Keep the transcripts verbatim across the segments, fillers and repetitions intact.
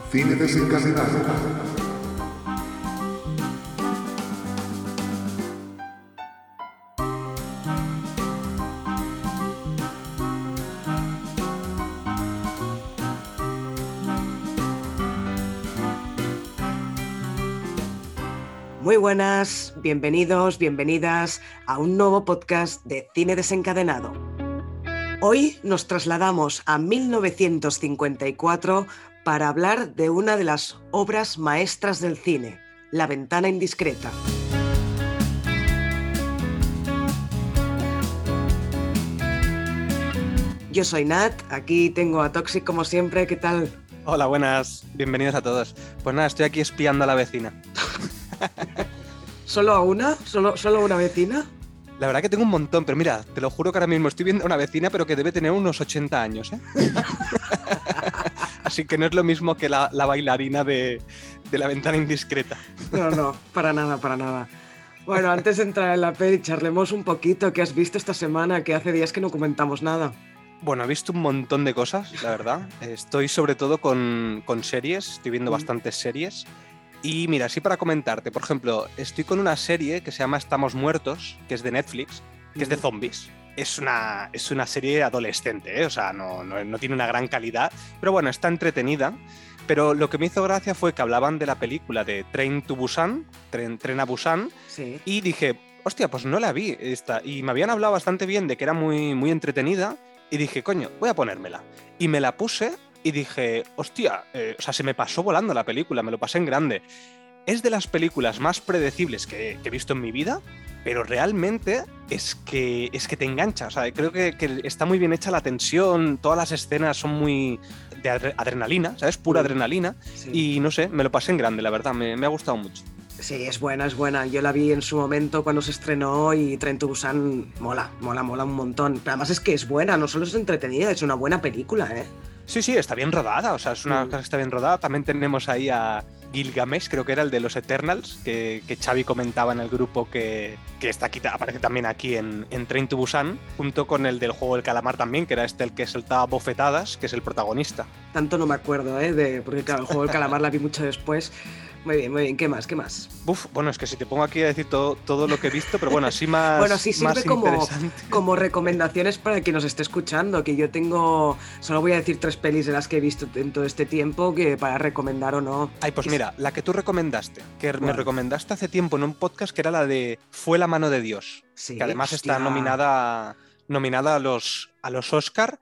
Cine desencadenado. Muy buenas, bienvenidos, bienvenidas a un nuevo podcast de Cine Desencadenado. Hoy nos trasladamos a mil novecientos cincuenta y cuatro para hablar de una de las obras maestras del cine, La ventana indiscreta. Yo soy Nat, aquí tengo a Toxic como siempre, ¿qué tal? Hola, buenas, bienvenidos a todos. Pues nada, estoy aquí espiando a la vecina. ¿Solo a una? ¿Solo, solo una vecina? La verdad que tengo un montón, pero mira, te lo juro que ahora mismo estoy viendo a una vecina, pero que debe tener unos ochenta años, ¿eh? Así que no es lo mismo que la, la bailarina de, de La ventana indiscreta. No, no, para nada, para nada. Bueno, antes de entrar en la peli, charlemos un poquito. ¿Qué has visto esta semana? Que hace días que no comentamos nada. Bueno, he visto un montón de cosas, la verdad. Estoy sobre todo con, con series, estoy viendo Mm. bastantes series. Y mira, sí, para comentarte, por ejemplo, estoy con una serie que se llama Estamos Muertos, que es de Netflix, que es de zombies. Es una, es una serie adolescente, ¿eh? O sea, no, no, no tiene una gran calidad, pero bueno, está entretenida. Pero lo que me hizo gracia fue que hablaban de la película de Train to Busan, Tren, Tren a Busan, Sí. y dije, hostia, pues no la vi esta. Y me habían hablado bastante bien de que era muy, muy entretenida, y dije, coño, voy a ponérmela. Y me la puse y dije, hostia, eh, o sea, se me pasó volando la película, me lo pasé en grande. Es de las películas más predecibles que, que he visto en mi vida, pero realmente es que, es que te engancha. O sea, creo que, que está muy bien hecha la tensión, todas las escenas son muy de adre- adrenalina, ¿sabes? Pura Mm. adrenalina. Sí. Y no sé, me lo pasé en grande, la verdad, me, me ha gustado mucho. Sí, es buena, es buena. Yo la vi en su momento cuando se estrenó y Tren to Busan mola, mola, mola un montón. Pero además es que es buena, no solo es entretenida, es una buena película, ¿eh? Sí, sí, está bien rodada, o sea, es una Mm. cosa que está bien rodada. También tenemos ahí a Gilgamesh, creo que era el de los Eternals, que, que Xavi comentaba en el grupo que, que está aquí, aparece también aquí en, en Train to Busan, junto con el del juego del calamar también, que era este el que soltaba bofetadas, que es el protagonista. Tanto no me acuerdo, ¿eh? De, porque claro, el juego del calamar la vi mucho después. Muy bien, muy bien. ¿Qué más? ¿Qué más? Uf, bueno, es que si te pongo aquí a decir todo, todo lo que he visto, pero bueno, así más, Bueno, sí sirve más como, interesante. como recomendaciones para quien nos esté escuchando, que yo tengo, solo voy a decir tres pelis de las que he visto en todo este tiempo, que para recomendar o no. Ay, pues mira, la que tú recomendaste, que me ¿Cuál? recomendaste hace tiempo en un podcast, que era la de Fue la mano de Dios, Sí, que además está hostia. nominada, nominada a los, a los Oscar,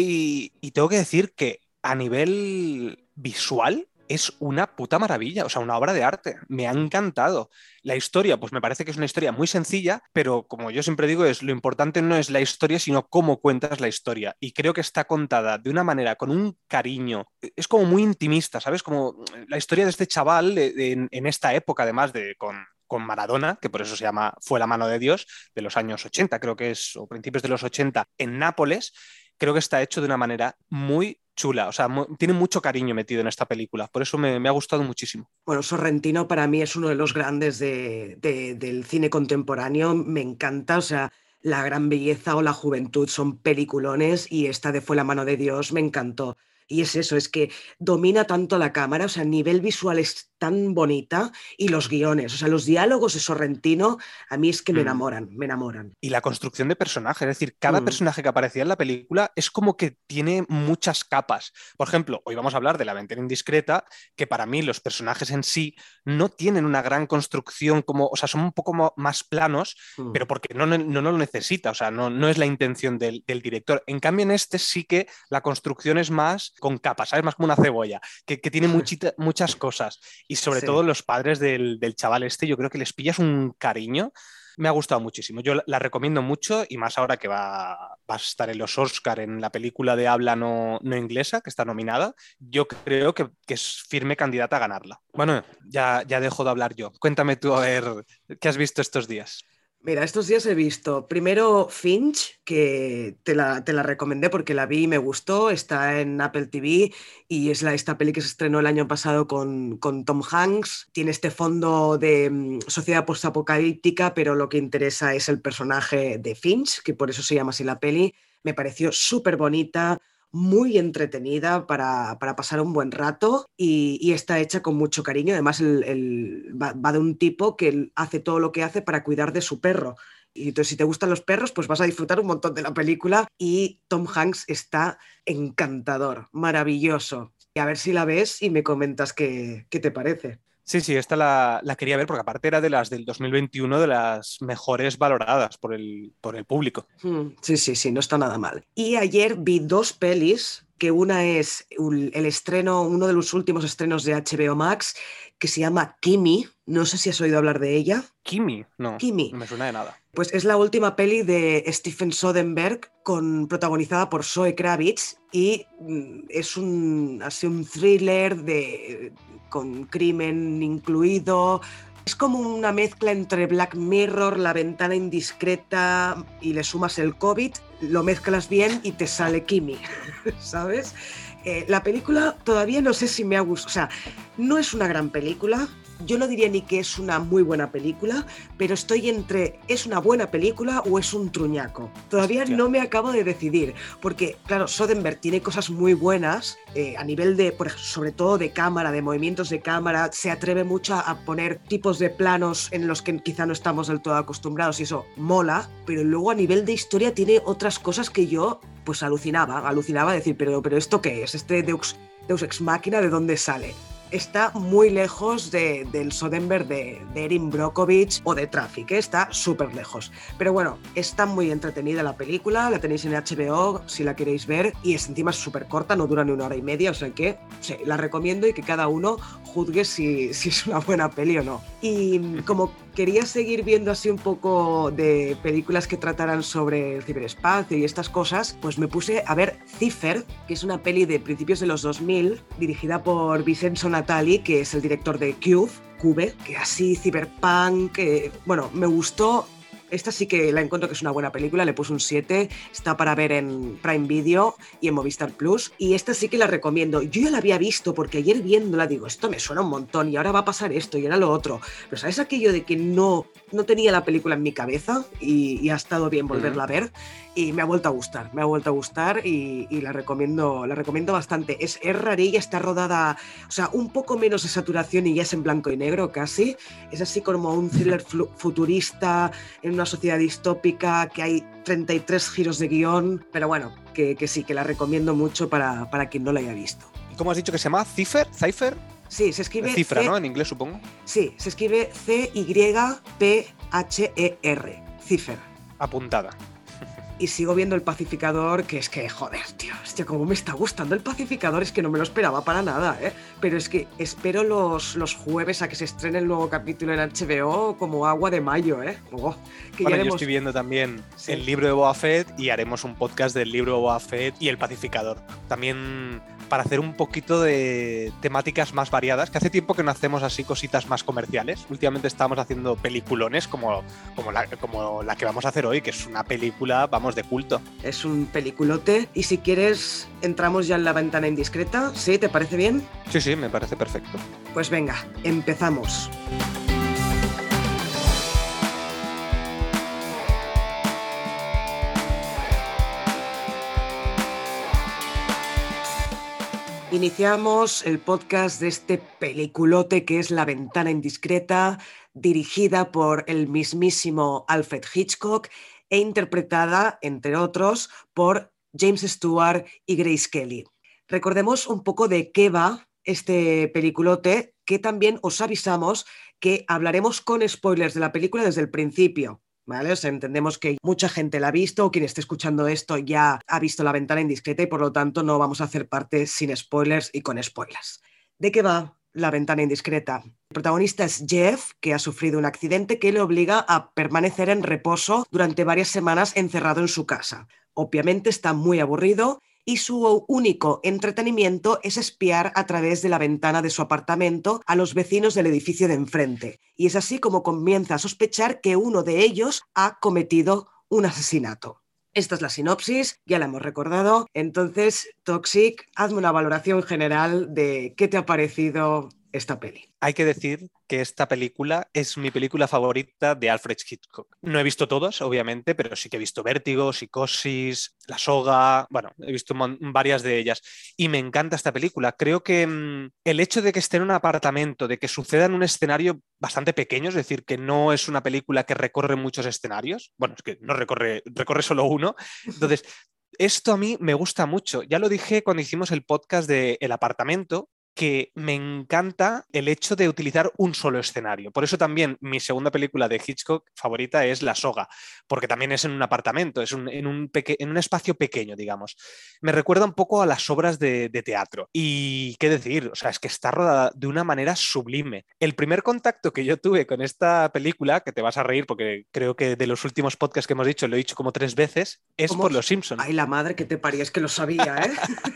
y, y tengo que decir que a nivel visual es una puta maravilla, o sea, una obra de arte, me ha encantado. La historia, pues me parece que es una historia muy sencilla, pero como yo siempre digo, es lo importante no es la historia, sino cómo cuentas la historia. Y creo que está contada de una manera, con un cariño, es como muy intimista, ¿sabes? Como la historia de este chaval de- de- en, en esta época, además de con, con Maradona, que por eso se llama Fue la mano de Dios, de los años ochenta, creo que es, o principios de los ochenta, en Nápoles. Creo que está hecho de una manera muy chula, o sea, mu- tiene mucho cariño metido en esta película, por eso me, me ha gustado muchísimo. Bueno, Sorrentino para mí es uno de los grandes de, de- del cine contemporáneo, me encanta, o sea, La gran belleza o La juventud son peliculones y esta de Fue la mano de Dios me encantó. Y es eso, es que domina tanto la cámara, o sea, a nivel visual es tan bonita y los guiones, o sea, los diálogos de Sorrentino a mí es que me Mm. enamoran, me enamoran. Y la construcción de personajes, es decir, cada Mm, personaje que aparecía en la película es como que tiene muchas capas. Por ejemplo, hoy vamos a hablar de La ventana indiscreta, que para mí los personajes en sí no tienen una gran construcción, como, o sea, son un poco mo- más planos, mm, pero porque no, no, no lo necesita, o sea, no, no es la intención del, del director. En cambio, en este sí que la construcción es más con capas, ¿sabes? Más como una cebolla, que, que tiene muchita- muchas cosas. Y sobre todo sí. los padres del, del chaval este, yo creo que les pillas un cariño. Me ha gustado muchísimo. Yo la, la recomiendo mucho y más ahora que va, va a estar en los Oscar en la película de habla no, no inglesa, que está nominada. Yo creo que, que es firme candidata a ganarla. Bueno, ya, ya dejo de hablar yo. Cuéntame tú a ver qué has visto estos días. Mira, estos días he visto primero Finch, que te la, te la recomendé porque la vi y me gustó, está en Apple T V y es la, esta peli que se estrenó el año pasado con, con Tom Hanks. Tiene este fondo de mm, sociedad postapocalíptica, pero lo que interesa es el personaje de Finch, que por eso se llama así la peli. Me pareció súper bonita, muy entretenida para, para pasar un buen rato y, y está hecha con mucho cariño. Además, el, el, va, va de un tipo que hace todo lo que hace para cuidar de su perro. Y entonces, si te gustan los perros, pues vas a disfrutar un montón de la película. Y Tom Hanks está encantador, maravilloso. Y a ver si la ves y me comentas qué, qué te parece. Sí, sí, esta la, la quería ver porque aparte era de las del dos mil veintiuno, de las mejores valoradas por el, por el público. Hmm, sí, sí, sí, no está nada mal. Y ayer vi dos pelis, que una es un- el estreno, uno de los últimos estrenos de H B O Max, que se llama Kimi. No sé si has oído hablar de ella. Kimi, no, Kimi. no me suena de nada. Pues es la última peli de Stephen Soderbergh, con, protagonizada por Zoe Kravitz, y mm, es un, así un thriller de, con crimen incluido. Es como una mezcla entre Black Mirror, La ventana indiscreta y le sumas el COVID, lo mezclas bien y te sale Kimi, ¿sabes? Eh, la película todavía no sé si me ha gustado, o sea, no es una gran película, yo no diría ni que es una muy buena película, pero estoy entre es una buena película o es un truñaco. Todavía Hostia. no me acabo de decidir, porque claro, Soderbergh tiene cosas muy buenas eh, a nivel de, por, sobre todo de cámara, de movimientos de cámara, se atreve mucho a poner tipos de planos en los que quizá no estamos del todo acostumbrados y eso mola, pero luego a nivel de historia tiene otras cosas que yo pues alucinaba, alucinaba a decir, pero, pero ¿esto qué es? ¿Este Deus, Deus Ex Machina de dónde sale? Está muy lejos de, del Soderbergh de, de Erin Brockovich o de Traffic, ¿eh? Está súper lejos. Pero bueno, está muy entretenida la película, la tenéis en H B O si la queréis ver, y es encima súper corta, no dura ni una hora y media, o sea que sí, la recomiendo y que cada uno juzgue si, si es una buena peli o no. Y como quería seguir viendo así un poco de películas que trataran sobre el ciberespacio y estas cosas, pues me puse a ver Cipher, que es una peli de principios de los dos mil, dirigida por Vincenzo Natali, que es el director de Cube, Cube, que así cyberpunk, que bueno, me gustó. Esta sí que la encuentro que es una buena película, le puse un siete, está para ver en Prime Video y en Movistar Plus, y esta sí que la recomiendo. Yo ya la había visto porque ayer viéndola digo, esto me suena un montón y ahora va a pasar esto y ahora lo otro, pero ¿sabes aquello de que no, no tenía la película en mi cabeza y, y ha estado bien volverla a ver? Y me ha vuelto a gustar, me ha vuelto a gustar y, y la recomiendo, la recomiendo bastante. Es, es rarilla, está rodada, o sea, un poco menos de saturación y ya es en blanco y negro casi. Es así como un thriller futurista en una sociedad distópica, que hay treinta y tres giros de guión, pero bueno, que, que sí, que la recomiendo mucho para, para quien no la haya visto. ¿Y cómo has dicho que se llama? ¿Cipher? ¿Cipher? Sí, se escribe... Cifra, C... ¿no? En inglés, supongo. Sí, se escribe C Y P H E R, Cipher. Apuntada. Y sigo viendo El Pacificador, que es que, joder, tío, hostia, cómo me está gustando El Pacificador, es que no me lo esperaba para nada, ¿eh? Pero es que espero los, los jueves a que se estrene el nuevo capítulo en H B O como agua de mayo, ¿eh? Oh, que bueno, ya haremos... yo estoy viendo también sí. el libro de Boba Fett y haremos un podcast del libro de Boba Fett y El Pacificador. También para hacer un poquito de temáticas más variadas, que hace tiempo que no hacemos así cositas más comerciales. Últimamente estábamos haciendo peliculones como, como, la, como la que vamos a hacer hoy, que es una película, vamos, de culto. Es un peliculote y si quieres entramos ya en La ventana indiscreta, ¿sí? ¿Te parece bien? Sí, sí, me parece perfecto. Pues venga, empezamos. Iniciamos el podcast de este peliculote que es La ventana indiscreta, dirigida por el mismísimo Alfred Hitchcock e interpretada, entre otros, por James Stewart y Grace Kelly. Recordemos un poco de qué va este peliculote, que también os avisamos que hablaremos con spoilers de la película desde el principio. ¿Vale? O sea, entendemos que mucha gente la ha visto, o quien esté escuchando esto ya ha visto La ventana indiscreta y por lo tanto no vamos a hacer parte sin spoilers y con spoilers. ¿De qué va La ventana indiscreta? El protagonista es Jeff, que ha sufrido un accidente que le obliga a permanecer en reposo durante varias semanas encerrado en su casa. Obviamente está muy aburrido y su único entretenimiento es espiar a través de la ventana de su apartamento a los vecinos del edificio de enfrente. Y es así como comienza a sospechar que uno de ellos ha cometido un asesinato. Esta es la sinopsis, ya la hemos recordado. Entonces, Toxic, hazme una valoración general de qué te ha parecido esta peli. Hay que decir que esta película es mi película favorita de Alfred Hitchcock. No he visto todas, obviamente, pero sí que he visto Vértigo, Psicosis, La Soga, bueno, he visto varias de ellas y me encanta esta película. Creo que mmm, el hecho de que esté en un apartamento, de que suceda en un escenario bastante pequeño, es decir, que no es una película que recorre muchos escenarios, bueno, es que no recorre, recorre solo uno, entonces... Esto a mí me gusta mucho. Ya lo dije cuando hicimos el podcast de El apartamento, que me encanta el hecho de utilizar un solo escenario. Por eso también mi segunda película de Hitchcock favorita es La Soga, porque también es en un apartamento, es un, en, un peque, en un espacio pequeño, digamos. Me recuerda un poco a las obras de, de teatro. Y qué decir, o sea, es que está rodada de una manera sublime. El primer contacto que yo tuve con esta película, que te vas a reír porque creo que de los últimos podcasts que hemos dicho, lo he dicho como tres veces, es ¿Cómo? por Los Simpson. Ay, la madre que te paría, es que lo sabía, ¿eh?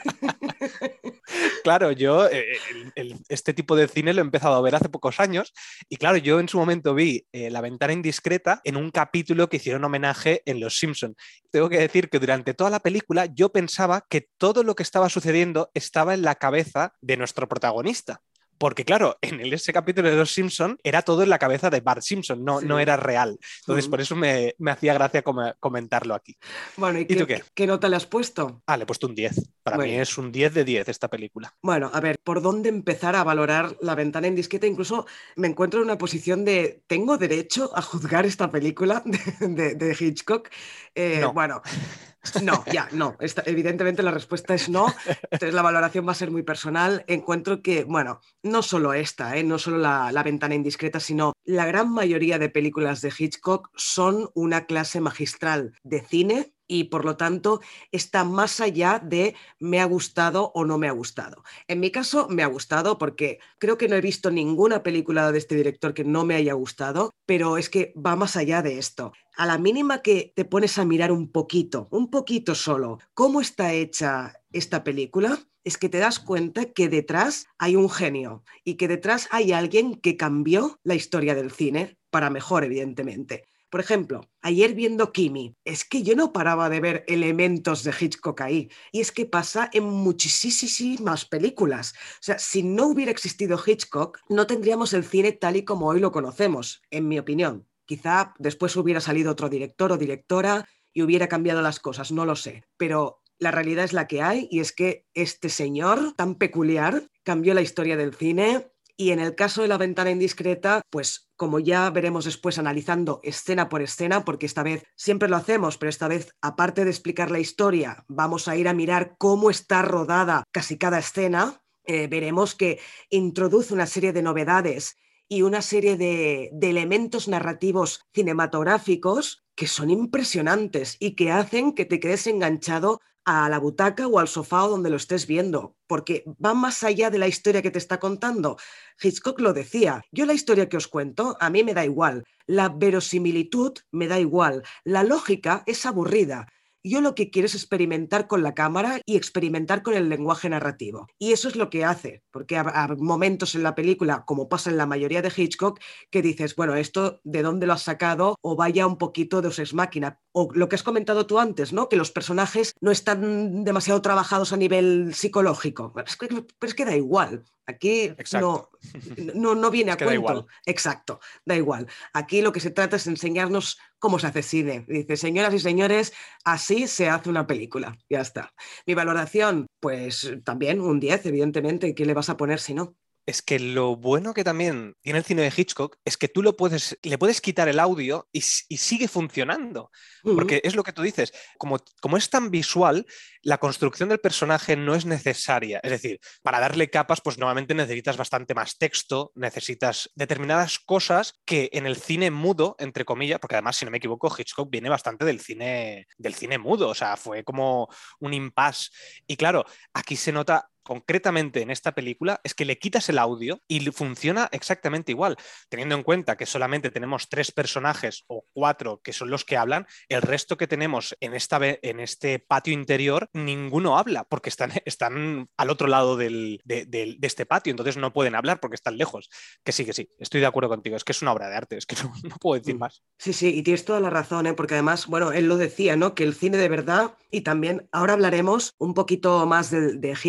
Claro, yo eh, el, el, este tipo de cine lo he empezado a ver hace pocos años y claro, yo en su momento vi eh, La ventana indiscreta en un capítulo que hicieron homenaje en Los Simpson. Tengo que decir que durante toda la película yo pensaba que todo lo que estaba sucediendo estaba en la cabeza de nuestro protagonista. Porque claro, en el, ese capítulo de Los Simpson era todo en la cabeza de Bart Simpson, no, Sí. no era real. Entonces, por eso me, me hacía gracia com- comentarlo aquí. Bueno, ¿y, ¿Y qué, tú qué? qué nota le has puesto? Ah, le he puesto un diez. Para Muy mí bien. es un diez de diez esta película. Bueno, a ver, ¿por dónde empezar a valorar La ventana indiscreta? Incluso me encuentro en una posición de, ¿tengo derecho a juzgar esta película de, de, de Hitchcock? Eh, No. bueno, no, ya, no. Esta, evidentemente la respuesta es no. Entonces la valoración va a ser muy personal. Encuentro que, bueno, no solo esta, ¿eh? No solo la, la ventana indiscreta, sino la gran mayoría de películas de Hitchcock son una clase magistral de cine y por lo tanto está más allá de me ha gustado o no me ha gustado. En mi caso me ha gustado porque creo que no he visto ninguna película de este director que no me haya gustado, pero es que va más allá de esto. A la mínima que te pones a mirar un poquito, un poquito solo, cómo está hecha esta película, es que te das cuenta que detrás hay un genio y que detrás hay alguien que cambió la historia del cine para mejor, evidentemente. Por ejemplo, ayer viendo Kimi, es que yo no paraba de ver elementos de Hitchcock ahí. Y es que pasa en muchísimas películas. O sea, si no hubiera existido Hitchcock, no tendríamos el cine tal y como hoy lo conocemos, en mi opinión. Quizá después hubiera salido otro director o directora y hubiera cambiado las cosas, no lo sé. Pero la realidad es la que hay y es que este señor tan peculiar cambió la historia del cine. Y en el caso de La ventana indiscreta, pues como ya veremos después analizando escena por escena, porque esta vez siempre lo hacemos, pero esta vez, aparte de explicar la historia, vamos a ir a mirar cómo está rodada casi cada escena, eh, veremos que introduce una serie de novedades y una serie de, de elementos narrativos cinematográficos que son impresionantes y que hacen que te quedes enganchado a la butaca o al sofá o donde lo estés viendo, porque va más allá de la historia que te está contando. Hitchcock lo decía, yo la historia que os cuento a mí me da igual, la verosimilitud me da igual, la lógica es aburrida. Yo lo que quiero es experimentar con la cámara y experimentar con el lenguaje narrativo. Y eso es lo que hace, porque hay momentos en la película, como pasa en la mayoría de Hitchcock, que dices, bueno, ¿esto de dónde lo has sacado? O vaya un poquito de Deus máquina. O lo que has comentado tú antes, ¿no? Que los personajes no están demasiado trabajados a nivel psicológico. Pero es que, pero es que da igual. Aquí no, no, no viene es a que cuento. Da igual. Exacto, da igual. Aquí lo que se trata es enseñarnos cómo se hace cine. Dice, señoras y señores, así se hace una película. Ya está. Mi valoración, pues también un diez, evidentemente. ¿Qué le vas a poner si no? Es que lo bueno que también tiene el cine de Hitchcock es que tú lo puedes, le puedes quitar el audio y, y sigue funcionando. Porque es lo que tú dices, como, como es tan visual, la construcción del personaje no es necesaria. Es decir, para darle capas, pues normalmente necesitas bastante más texto, necesitas determinadas cosas que en el cine mudo, entre comillas, porque además, si no me equivoco, Hitchcock viene bastante del cine, del cine mudo, o sea, fue como un impasse. Y claro, aquí se nota concretamente en esta película es que le quitas el audio y funciona exactamente igual, teniendo en cuenta que solamente tenemos tres personajes o cuatro que son los que hablan, el resto que tenemos en, esta, en este patio interior, ninguno habla porque están, están al otro lado del, de, de, de este patio, entonces no pueden hablar porque están lejos. Que sí, que sí, estoy de acuerdo contigo, es que es una obra de arte, es que no, no puedo decir más. Sí, sí, y tienes toda la razón, ¿eh? Porque además, bueno, él lo decía, ¿no? Que el cine de verdad, y también ahora hablaremos un poquito más de, de Hitchcock,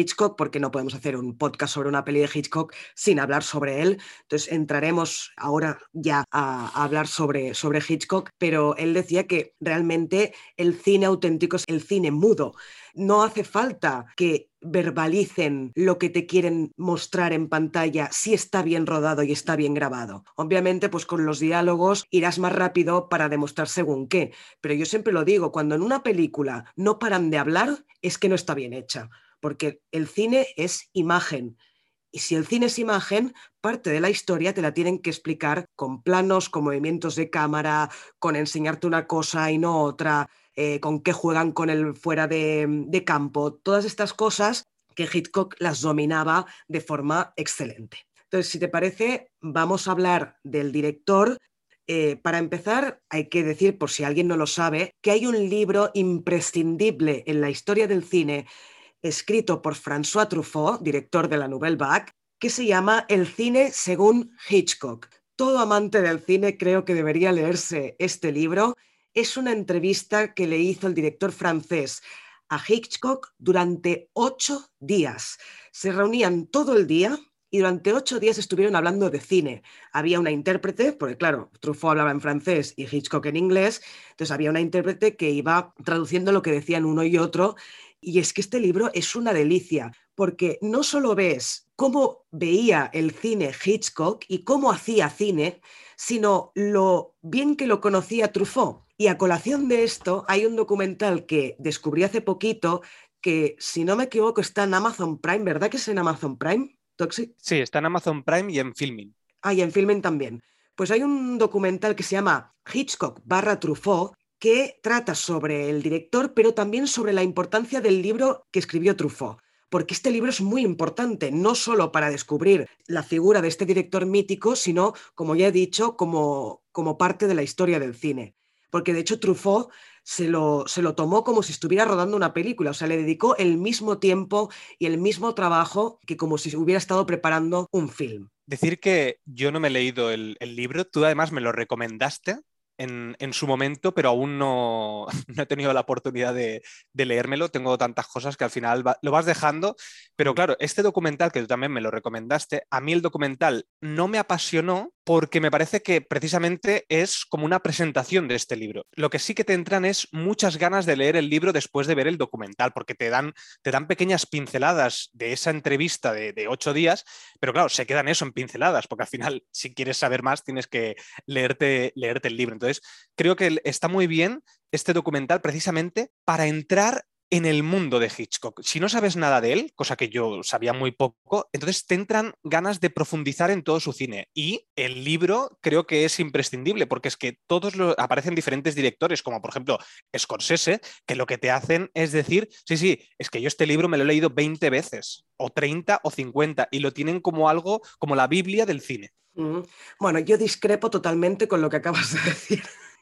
porque no podemos hacer un podcast sobre una peli de Hitchcock sin hablar sobre él. Entonces entraremos ahora ya a, a hablar sobre, sobre Hitchcock, pero él decía que realmente el cine auténtico es el cine mudo. No hace falta que verbalicen lo que te quieren mostrar en pantalla si está bien rodado y está bien grabado. Obviamente, pues con los diálogos irás más rápido para demostrar según qué, pero yo siempre lo digo, cuando en una película no paran de hablar, es que no está bien hecha, porque el cine es imagen. Y si el cine es imagen, parte de la historia te la tienen que explicar con planos, con movimientos de cámara, con enseñarte una cosa y no otra, eh, con qué juegan con el fuera de, de campo, todas estas cosas que Hitchcock las dominaba de forma excelente. Entonces, si te parece, vamos a hablar del director. Eh, para empezar, hay que decir, por si alguien no lo sabe, que hay un libro imprescindible en la historia del cine escrito por François Truffaut, director de la Nouvelle Vague, que se llama El cine según Hitchcock. Todo amante del cine creo que debería leerse este libro. Es una entrevista que le hizo el director francés a Hitchcock durante ocho días. Se reunían todo el día y durante ocho días estuvieron hablando de cine. Había una intérprete, porque claro, Truffaut hablaba en francés y Hitchcock en inglés, entonces había una intérprete que iba traduciendo lo que decían uno y otro. Y es que este libro es una delicia, porque no solo ves cómo veía el cine Hitchcock y cómo hacía cine, sino lo bien que lo conocía Truffaut. Y a colación de esto, hay un documental que descubrí hace poquito que, si no me equivoco, está en Amazon Prime, ¿verdad que es en Amazon Prime, Toxic? Sí, está en Amazon Prime y en Filmin. Ah, y en Filmin también. Pues hay un documental que se llama Hitchcock barra Truffaut, que trata sobre el director, pero también sobre la importancia del libro que escribió Truffaut. Porque este libro es muy importante, no solo para descubrir la figura de este director mítico, sino, como ya he dicho, como, como parte de la historia del cine. Porque de hecho Truffaut se lo, se lo tomó como si estuviera rodando una película, o sea, le dedicó el mismo tiempo y el mismo trabajo que como si hubiera estado preparando un film. Decir que yo no me he leído el, el libro, tú además me lo recomendaste en, en su momento, pero aún no, no he tenido la oportunidad de, de leérmelo. Tengo tantas cosas que al final va, lo vas dejando. Pero claro, este documental que tú también me lo recomendaste, a mí el documental no me apasionó porque me parece que precisamente es como una presentación de este libro. Lo que sí que te entran es muchas ganas de leer el libro después de ver el documental, porque te dan, te dan pequeñas pinceladas de esa entrevista de, de ocho días, pero claro, se quedan eso en pinceladas, porque al final, si quieres saber más, tienes que leerte, leerte el libro. Entonces, creo que está muy bien este documental precisamente para entrar en el mundo de Hitchcock. Si no sabes nada de él, cosa que yo sabía muy poco, entonces te entran ganas de profundizar en todo su cine. Y el libro creo que es imprescindible, porque es que todos los, aparecen diferentes directores, como por ejemplo Scorsese, que lo que te hacen es decir, sí, sí, es que yo este libro me lo he leído veinte veces, o treinta o cincuenta, y lo tienen como algo, como la Biblia del cine. Mm. Bueno, yo discrepo totalmente con lo que acabas de decir.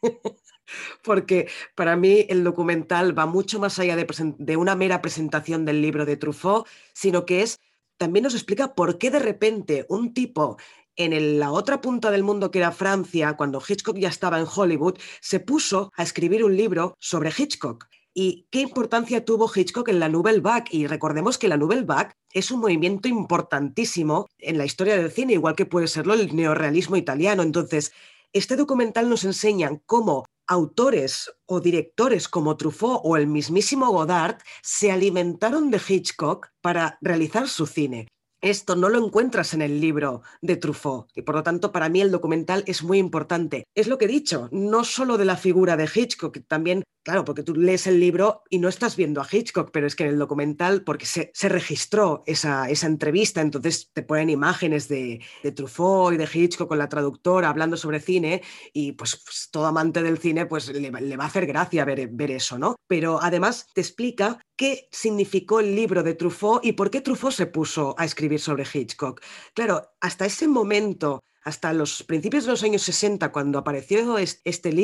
Porque para mí el documental va mucho más allá de, de una mera presentación del libro de Truffaut, sino que es, también nos explica por qué de repente un tipo en el, la otra punta del mundo que era Francia, cuando Hitchcock ya estaba en Hollywood, se puso a escribir un libro sobre Hitchcock. ¿Y qué importancia tuvo Hitchcock en la Nouvelle Vague? Y recordemos que la Nouvelle Vague es un movimiento importantísimo en la historia del cine, igual que puede serlo el neorrealismo italiano. Entonces, este documental nos enseña cómo autores o directores como Truffaut o el mismísimo Godard se alimentaron de Hitchcock para realizar su cine. Esto no lo encuentras en el libro de Truffaut y por lo tanto para mí el documental es muy importante. Es lo que he dicho, no solo de la figura de Hitchcock, también, claro, porque tú lees el libro y no estás viendo a Hitchcock, pero es que en el documental, porque se, se registró esa, esa entrevista, entonces te ponen imágenes de, de Truffaut y de Hitchcock con la traductora hablando sobre cine y pues, pues todo amante del cine pues le, le va a hacer gracia ver, ver eso, ¿no? Pero además te explica qué significó el libro de Truffaut y por qué Truffaut se puso a escribir sobre Hitchcock. Claro, hasta ese momento, hasta los principios de los años sesenta, cuando apareció este libro,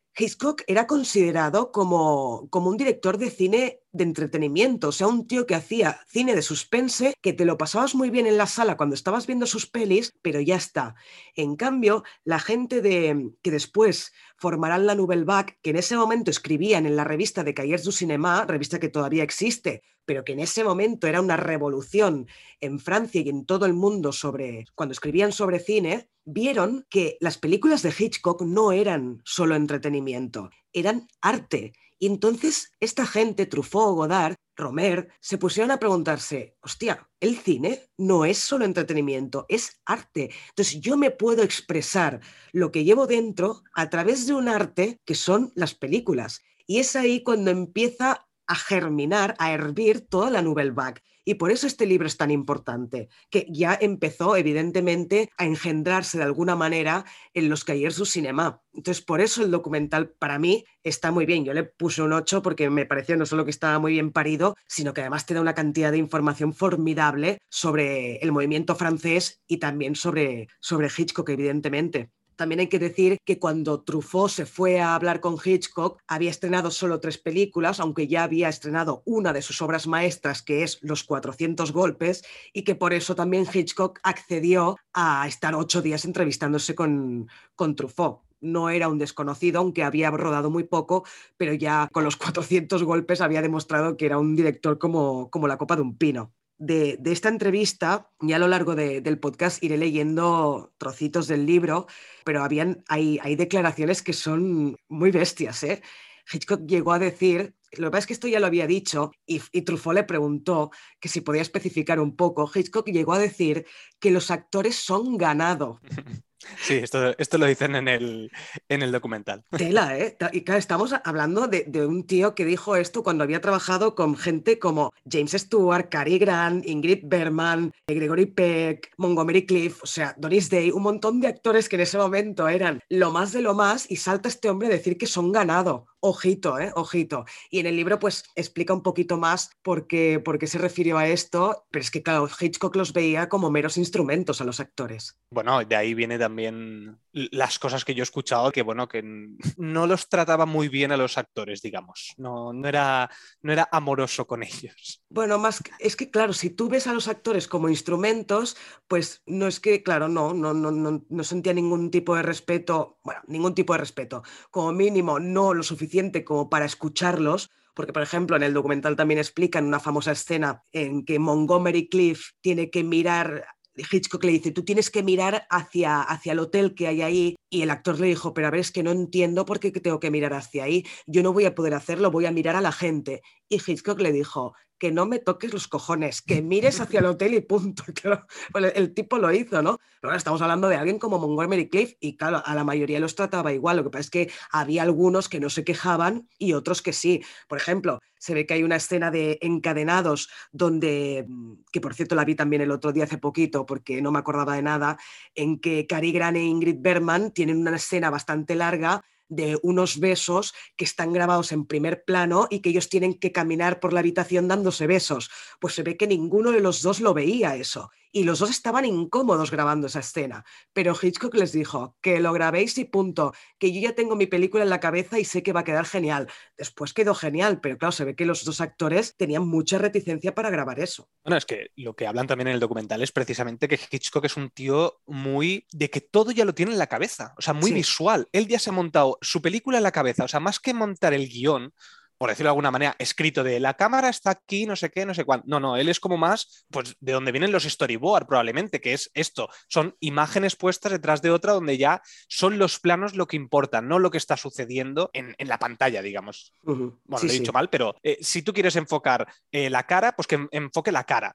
Hitchcock era considerado como, como un director de cine de entretenimiento, o sea, un tío que hacía cine de suspense, que te lo pasabas muy bien en la sala cuando estabas viendo sus pelis, pero ya está. En cambio, la gente de, que después formarán la Nouvelle Vague, que en ese momento escribían en la revista de Cahiers du Cinéma, revista que todavía existe, pero que en ese momento era una revolución en Francia y en todo el mundo sobre cuando escribían sobre cine, vieron que las películas de Hitchcock no eran solo entretenimiento, eran arte. Y entonces esta gente, Truffaut, Godard, Romer, se pusieron a preguntarse, hostia, el cine no es solo entretenimiento, es arte. Entonces yo me puedo expresar lo que llevo dentro a través de un arte que son las películas. Y es ahí cuando empieza a germinar, a hervir toda la Nouvelle Vague. Y por eso este libro es tan importante, que ya empezó evidentemente a engendrarse de alguna manera en los Cahiers du Cinéma. Entonces, por eso el documental para mí está muy bien. Yo le puse un ocho porque me pareció no solo que estaba muy bien parido, sino que además te da una cantidad de información formidable sobre el movimiento francés y también sobre, sobre Hitchcock, evidentemente. También hay que decir que cuando Truffaut se fue a hablar con Hitchcock, había estrenado solo tres películas, aunque ya había estrenado una de sus obras maestras, que es Los cuatrocientos golpes, y que por eso también Hitchcock accedió a estar ocho días entrevistándose con, con Truffaut. No era un desconocido, aunque había rodado muy poco, pero ya con Los cuatrocientos golpes había demostrado que era un director como, como la copa de un pino. De, de, esta entrevista, ya a lo largo de, del podcast iré leyendo trocitos del libro, pero habían, hay, hay declaraciones que son muy bestias, ¿eh? Hitchcock llegó a decir, lo que pasa es que esto ya lo había dicho, y, y Truffaut le preguntó que si podía especificar un poco. Hitchcock llegó a decir que los actores son ganado. Sí, esto, esto lo dicen en el, en el documental. Tela, ¿eh? Y claro, estamos hablando de, de un tío que dijo esto cuando había trabajado con gente como James Stewart, Cary Grant, Ingrid Bergman, Gregory Peck, Montgomery Clift, o sea, Doris Day, un montón de actores que en ese momento eran lo más de lo más, y salta este hombre a decir que son ganado. Ojito, ¿eh? Ojito. Y en el libro pues explica un poquito más por qué, por qué se refirió a esto, pero es que claro, Hitchcock los veía como meros instrumentos a los actores. Bueno, de ahí viene también las cosas que yo he escuchado, que bueno, que no los trataba muy bien a los actores, digamos. No, no era, no era amoroso con ellos. Bueno, más es que claro, si tú ves a los actores como instrumentos, pues no es que, claro, no, no, no, no, no sentía ningún tipo de respeto, bueno, ningún tipo de respeto, como mínimo no lo suficiente como para escucharlos, porque por ejemplo en el documental también explican una famosa escena en que Montgomery Clift tiene que mirar. Hitchcock le dice, tú tienes que mirar hacia, hacia el hotel que hay ahí, y el actor le dijo, pero a ver, es que no entiendo por qué tengo que mirar hacia ahí, yo no voy a poder hacerlo, voy a mirar a la gente. Y Hitchcock le dijo, que no me toques los cojones, que mires hacia el hotel y punto. Claro, el, el tipo lo hizo, ¿no? Pero ahora estamos hablando de alguien como Montgomery Clift y claro, a la mayoría los trataba igual, lo que pasa es que había algunos que no se quejaban y otros que sí. Por ejemplo, se ve que hay una escena de Encadenados donde, que por cierto la vi también el otro día hace poquito porque no me acordaba de nada, en que Cary Grant e Ingrid Bergman tienen una escena bastante larga de unos besos que están grabados en primer plano y que ellos tienen que caminar por la habitación dándose besos. Pues se ve que ninguno de los dos lo veía eso. Y los dos estaban incómodos grabando esa escena. Pero Hitchcock les dijo, que lo grabéis y punto, que yo ya tengo mi película en la cabeza y sé que va a quedar genial. Después quedó genial, pero claro, se ve que los dos actores tenían mucha reticencia para grabar eso. Bueno, es que lo que hablan también en el documental es precisamente que Hitchcock es un tío muy de que todo ya lo tiene en la cabeza, o sea, muy Sí. visual. Él ya se ha montado su película en la cabeza, o sea, más que montar el guión, por decirlo de alguna manera, escrito de la cámara está aquí, no sé qué, no sé cuándo. No, no, él es como más, pues, de donde vienen los storyboard, probablemente, que es esto. Son imágenes puestas detrás de otra donde ya son los planos lo que importan, no lo que está sucediendo en, en la pantalla, digamos. Uh-huh. Bueno, Sí, lo he sí. dicho mal, pero eh, si tú quieres enfocar eh, la cara, pues que enfoque la cara.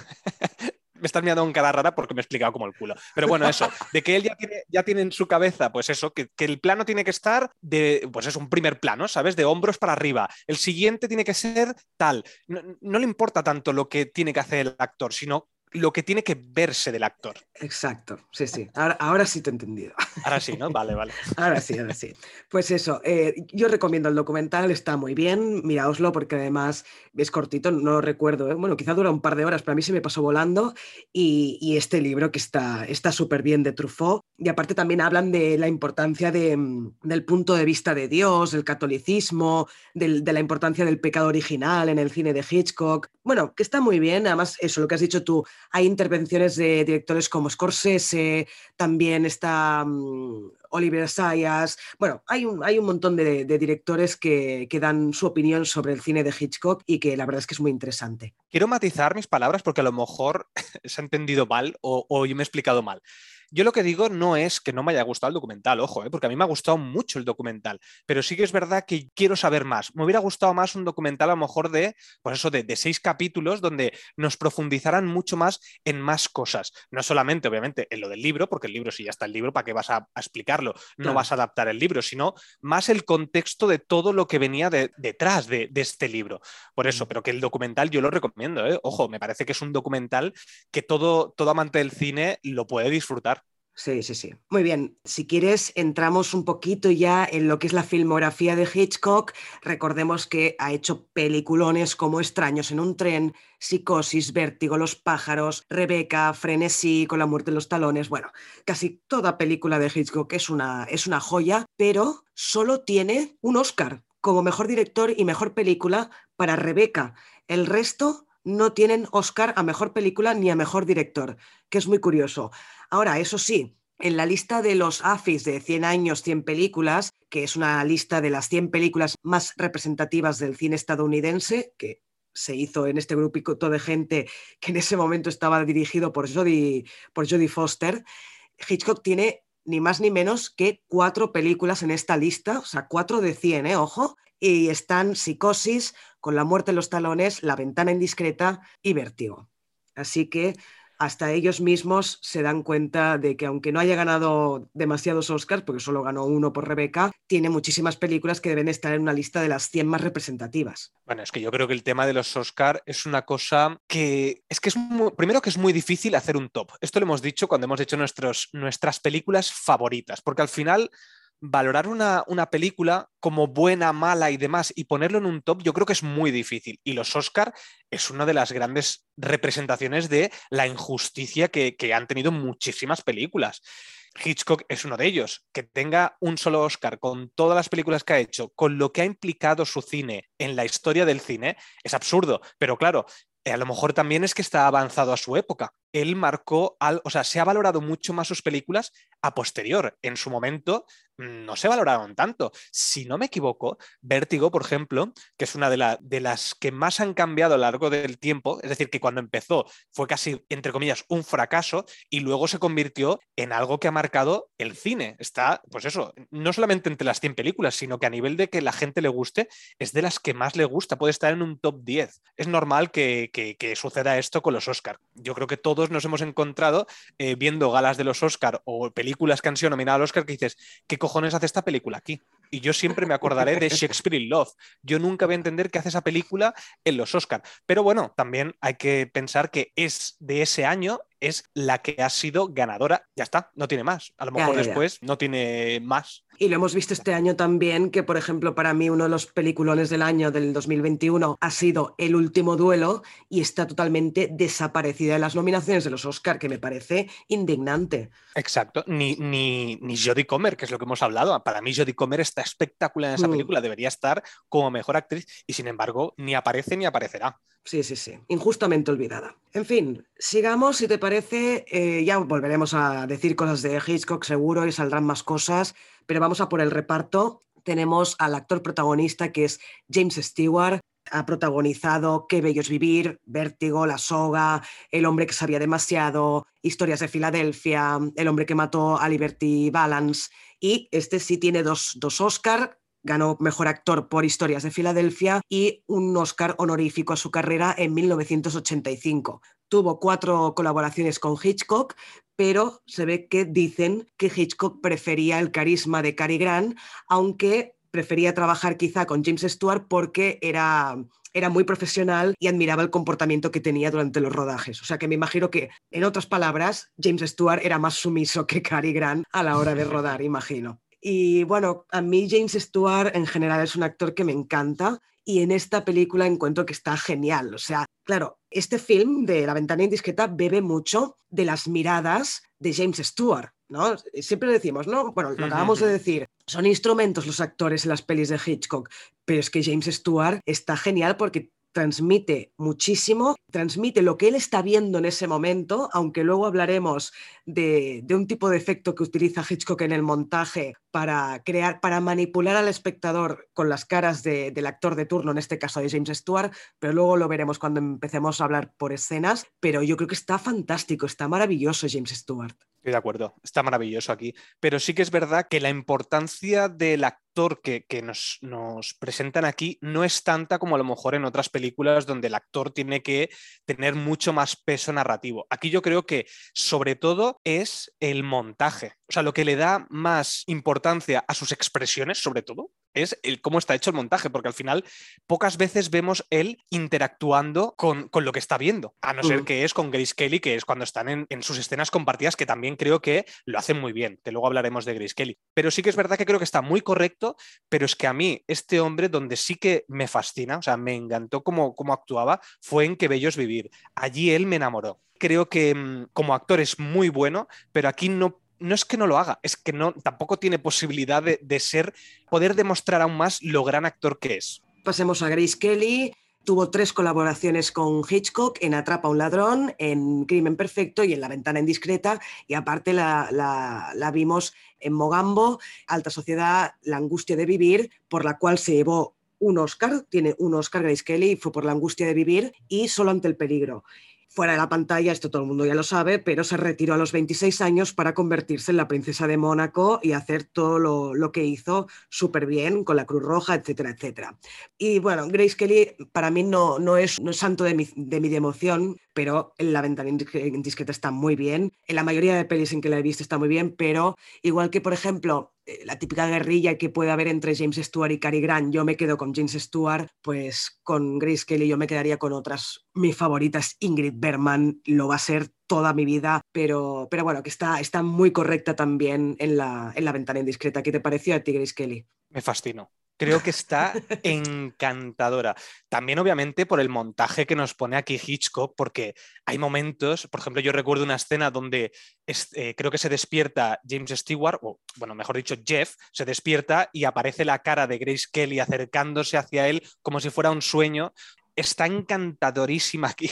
Me estás mirando con cara rara porque me he explicado como el culo. Pero bueno, eso, de que él ya tiene, ya tiene en su cabeza, pues eso, que, que el plano tiene que estar de, pues es un primer plano, ¿sabes? De hombros para arriba. El siguiente tiene que ser tal. No, no le importa tanto lo que tiene que hacer el actor, sino lo que tiene que verse del actor. Exacto, sí, sí. Ahora, ahora sí te he entendido. Ahora sí, ¿no? Vale, vale. Ahora sí, ahora sí. Pues eso, eh, yo recomiendo el documental, está muy bien, miraoslo porque además es cortito, no lo recuerdo, ¿eh? Bueno, quizá dura un par de horas, pero a mí se me pasó volando y, y este libro que está está súper bien de Truffaut y aparte también hablan de la importancia de, mm, del punto de vista de Dios, del catolicismo, del- de la importancia del pecado original en el cine de Hitchcock. Bueno, que está muy bien, además eso, lo que has dicho tú, hay intervenciones de directores como Scorsese, también está mm, Oliver Sayas. Bueno, hay un, hay un montón de, de directores que, que dan su opinión sobre el cine de Hitchcock y que la verdad es que es muy interesante. Quiero matizar mis palabras porque a lo mejor se ha entendido mal o, o yo me he explicado mal. Yo lo que digo no es que no me haya gustado el documental, ojo, ¿eh? Porque a mí me ha gustado mucho el documental, pero sí que es verdad que quiero saber más. Me hubiera gustado más un documental a lo mejor de, pues eso, de, de seis capítulos donde nos profundizaran mucho más en más cosas. No solamente, obviamente, en lo del libro, porque el libro, si ya está el libro, ¿para qué vas a, a explicarlo? No Claro. vas a adaptar el libro, sino más el contexto de todo lo que venía de, detrás de, de este libro. Por eso, Mm. pero que el documental yo lo recomiendo, ¿eh? Ojo, me parece que es un documental que todo, todo amante del cine lo puede disfrutar. Sí, sí, sí. Muy bien. Si quieres, entramos un poquito ya en lo que es la filmografía de Hitchcock. Recordemos que ha hecho peliculones como Extraños en un tren, Psicosis, Vértigo, Los pájaros, Rebeca, Frenesí, Con la muerte en los talones. Bueno, casi toda película de Hitchcock es una, es una joya, pero solo tiene un Oscar como mejor director y mejor película para Rebeca. El resto no tienen Oscar a mejor película ni a mejor director, que es muy curioso. Ahora, eso sí, en la lista de los A F Is de cien años, cien películas, que es una lista de las cien películas más representativas del cine estadounidense, que se hizo en este grupito de gente que en ese momento estaba dirigido por Jodie, por Jodie Foster, Hitchcock tiene ni más ni menos que cuatro películas en esta lista, o sea, cuatro de cien, ¿eh? Ojo, y están Psicosis, Con la muerte en los talones, La ventana indiscreta y Vértigo. Así que hasta ellos mismos se dan cuenta de que aunque no haya ganado demasiados Oscars, porque solo ganó uno por Rebeca, tiene muchísimas películas que deben estar en una lista de las cien más representativas. Bueno, es que yo creo que el tema de los Oscar es una cosa que es que es muy, primero que es muy difícil hacer un top. Esto lo hemos dicho cuando hemos hecho nuestros, nuestras películas favoritas, porque al final valorar una, una película como buena, mala y demás y ponerlo en un top, yo creo que es muy difícil. Y los Oscar es una de las grandes representaciones de la injusticia que, que han tenido muchísimas películas. Hitchcock es uno de ellos. Que tenga un solo Oscar con todas las películas que ha hecho, con lo que ha implicado su cine en la historia del cine, es absurdo. Pero claro, a lo mejor también es que está avanzado a su época. Él marcó, al, o sea, se ha valorado mucho más sus películas a posterior. En su momento no se valoraron tanto. Si no me equivoco, Vértigo, por ejemplo, que es una de, la, de las que más han cambiado a lo largo del tiempo, es decir, que cuando empezó fue casi, entre comillas, un fracaso y luego se convirtió en algo que ha marcado el cine. Está, pues eso, no solamente entre las cien películas, sino que a nivel de que la gente le guste, es de las que más le gusta, puede estar en un top diez. Es normal que, que, que suceda esto con los Oscar. Yo creo que todos nos hemos encontrado eh, viendo galas de los Oscar o películas que han sido nominadas al Oscar que dices, ¿qué cojones hace esta película aquí? Y yo siempre me acordaré de Shakespeare in Love. Yo nunca voy a entender qué hace esa película en los Oscar. Pero bueno, también hay que pensar que es de ese año, es la que ha sido ganadora. Ya está, no tiene más. A lo Ya, mejor ya, ya. después no tiene más. Y lo hemos visto este año también, que por ejemplo para mí uno de los peliculones del año del dos mil veintiuno ha sido El último duelo y está totalmente desaparecida de las nominaciones de los Oscar, que me parece indignante. Exacto, ni, ni, ni Jodie Comer, que es lo que hemos hablado. Para mí Jodie Comer está espectacular en esa Mm, película, debería estar como mejor actriz y sin embargo ni aparece ni aparecerá. sí, sí, sí, injustamente olvidada. En fin, sigamos, si te parece, eh, ya volveremos a decir cosas de Hitchcock seguro y saldrán más cosas, pero vamos a por el reparto. Tenemos al actor protagonista que es James Stewart. Ha protagonizado Qué bello es vivir, Vértigo, La soga, El hombre que sabía demasiado, Historias de Filadelfia, El hombre que mató a Liberty Balance. Y este sí tiene dos, dos Oscar. Ganó Mejor Actor por Historias de Filadelfia y un Oscar honorífico a su carrera en mil novecientos ochenta y cinco. Tuvo cuatro colaboraciones con Hitchcock, pero se ve que dicen que Hitchcock prefería el carisma de Cary Grant, aunque prefería trabajar quizá con James Stewart porque era... era muy profesional y admiraba el comportamiento que tenía durante los rodajes. O sea que me imagino que, en otras palabras, James Stewart era más sumiso que Cary Grant a la hora de rodar, imagino. Y bueno, a mí James Stewart en general es un actor que me encanta y en esta película encuentro que está genial. O sea, claro, este film de La ventana indiscreta bebe mucho de las miradas de James Stewart, ¿no? Siempre decimos, ¿no? Bueno, lo acabamos de decir, son instrumentos los actores en las pelis de Hitchcock, pero es que James Stewart está genial porque transmite muchísimo, transmite lo que él está viendo en ese momento, aunque luego hablaremos de, de un tipo de efecto que utiliza Hitchcock en el montaje para crear, para manipular al espectador con las caras de, del actor de turno, en este caso de James Stewart, pero luego lo veremos cuando empecemos a hablar por escenas, pero yo creo que está fantástico, está maravilloso James Stewart. Estoy de acuerdo, está maravilloso aquí. Pero sí que es verdad que la importancia del actor que, que nos, nos presentan aquí no es tanta como a lo mejor en otras películas donde el actor tiene que tener mucho más peso narrativo. Aquí yo creo que sobre todo es el montaje. O sea, lo que le da más importancia a sus expresiones, sobre todo, es el cómo está hecho el montaje, porque al final pocas veces vemos él interactuando con, con lo que está viendo, a no ser Mm. que es con Grace Kelly, que es cuando están en, en sus escenas compartidas, que también creo que lo hacen muy bien, que luego hablaremos de Grace Kelly. Pero sí que es verdad que creo que está muy correcto, pero es que a mí este hombre donde sí que me fascina, o sea, me encantó cómo, cómo actuaba, fue en Qué bello es vivir. Allí él me enamoró. Creo que mmm, como actor es muy bueno, pero aquí no no es que no lo haga, es que no, tampoco tiene posibilidad de, de ser, poder demostrar aún más lo gran actor que es. Pasemos a Grace Kelly. Tuvo tres colaboraciones con Hitchcock en Atrapa a un ladrón, en Crimen perfecto y en La ventana indiscreta. Y aparte la, la, la vimos en Mogambo, Alta sociedad, La angustia de vivir, por la cual se llevó un Oscar, tiene un Oscar Grace Kelly, fue por La angustia de vivir y Solo ante el peligro. Fuera de la pantalla, esto todo el mundo ya lo sabe, pero se retiró a los veintiséis años para convertirse en la princesa de Mónaco y hacer todo lo, lo que hizo súper bien con la Cruz Roja, etcétera, etcétera. Y bueno, Grace Kelly para mí no, no, es, no es santo de mi, de mi devoción, pero en La ventana indiscreta está muy bien. En la mayoría de pelis en que la he visto está muy bien, pero igual que, por ejemplo, la típica guerrilla que puede haber entre James Stewart y Cary Grant, yo me quedo con James Stewart, pues con Grace Kelly yo me quedaría con otras. Mi favorita es Ingrid Bergman, lo va a ser toda mi vida, pero, pero bueno, que está, está muy correcta también en la, en la ventana indiscreta. ¿Qué te pareció a ti, Grace Kelly? Me fascinó. Creo que está encantadora. También, obviamente, por el montaje que nos pone aquí Hitchcock, porque hay momentos, por ejemplo, yo recuerdo una escena donde es, eh, creo que se despierta James Stewart, o bueno, mejor dicho, Jeff, se despierta y aparece la cara de Grace Kelly acercándose hacia él como si fuera un sueño. Está encantadorísima aquí.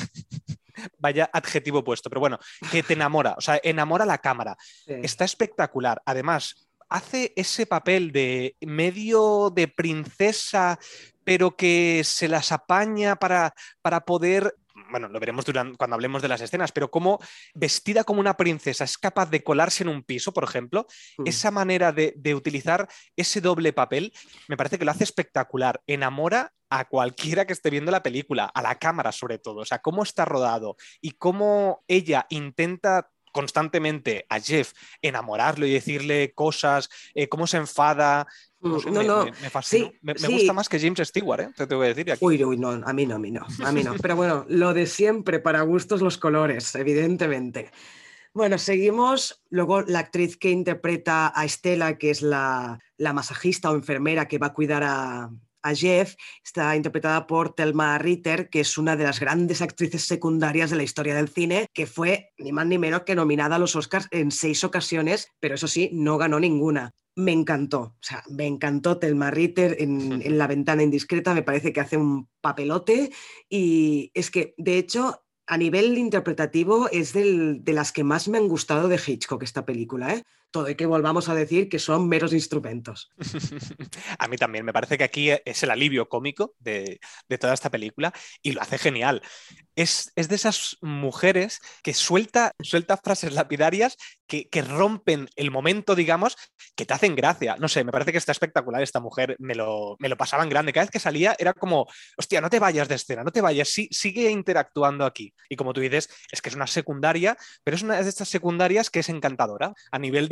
Vaya adjetivo puesto, pero bueno, que te enamora, o sea, enamora la cámara. Sí. Está espectacular. Además, hace ese papel de medio de princesa, pero que se las apaña para, para poder, bueno, lo veremos durante, cuando hablemos de las escenas, pero como vestida como una princesa es capaz de colarse en un piso, por ejemplo, Mm. esa manera de, de utilizar ese doble papel, me parece que lo hace espectacular, enamora a cualquiera que esté viendo la película, a la cámara sobre todo, o sea, cómo está rodado y cómo ella intenta constantemente a Jeff enamorarlo y decirle cosas, eh, cómo se enfada. No sé, No, me, no, me, me fascinó. sí, Me, me, gusta sí. más que James Stewart, ¿eh? Te tengo que decir aquí. Uy, uy, no, a mí no, a mí no, a mí no. Pero bueno, lo de siempre, para gustos los colores, evidentemente. Bueno, seguimos. Luego la actriz que interpreta a Estela, que es la, la masajista o enfermera que va a cuidar a, a Jeff, está interpretada por Thelma Ritter, que es una de las grandes actrices secundarias de la historia del cine, que fue ni más ni menos que nominada a los Oscars en seis ocasiones, pero eso sí, no ganó ninguna. Me encantó, o sea, me encantó Thelma Ritter en, en La ventana indiscreta, me parece que hace un papelote y es que, de hecho, a nivel interpretativo es del, de las que más me han gustado de Hitchcock esta película, ¿eh? Todo y que volvamos a decir que son meros instrumentos. A mí también, me parece que aquí es el alivio cómico de, de toda esta película y lo hace genial. Es, es de esas mujeres que suelta, suelta frases lapidarias que, que rompen el momento, digamos, que te hacen gracia. No sé, me parece que está espectacular esta mujer, me lo, me lo pasaba en grande. Cada vez que salía era como, hostia, no te vayas de escena, no te vayas, sí, sigue interactuando aquí. Y como tú dices, es que es una secundaria, pero es una de estas secundarias que es encantadora, a nivel de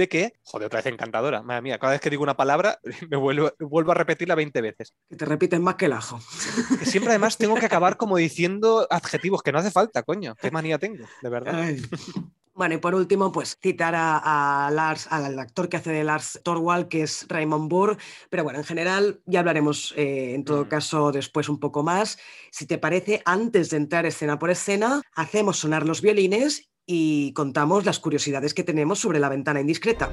increíble que, joder, otra vez encantadora, madre mía, cada vez que digo una palabra me vuelvo, vuelvo a repetirla veinte veces. Que te repiten más que el ajo. Que siempre además tengo que acabar como diciendo adjetivos, que no hace falta, coño, qué manía tengo, de verdad. Ay. Bueno, y por último, pues citar a, a Lars, al actor que hace de Lars Thorwald, que es Raymond Burr, pero bueno, en general ya hablaremos eh, en todo Mm. caso después un poco más. Si te parece, antes de entrar escena por escena, hacemos sonar los violines y contamos las curiosidades que tenemos sobre La ventana indiscreta.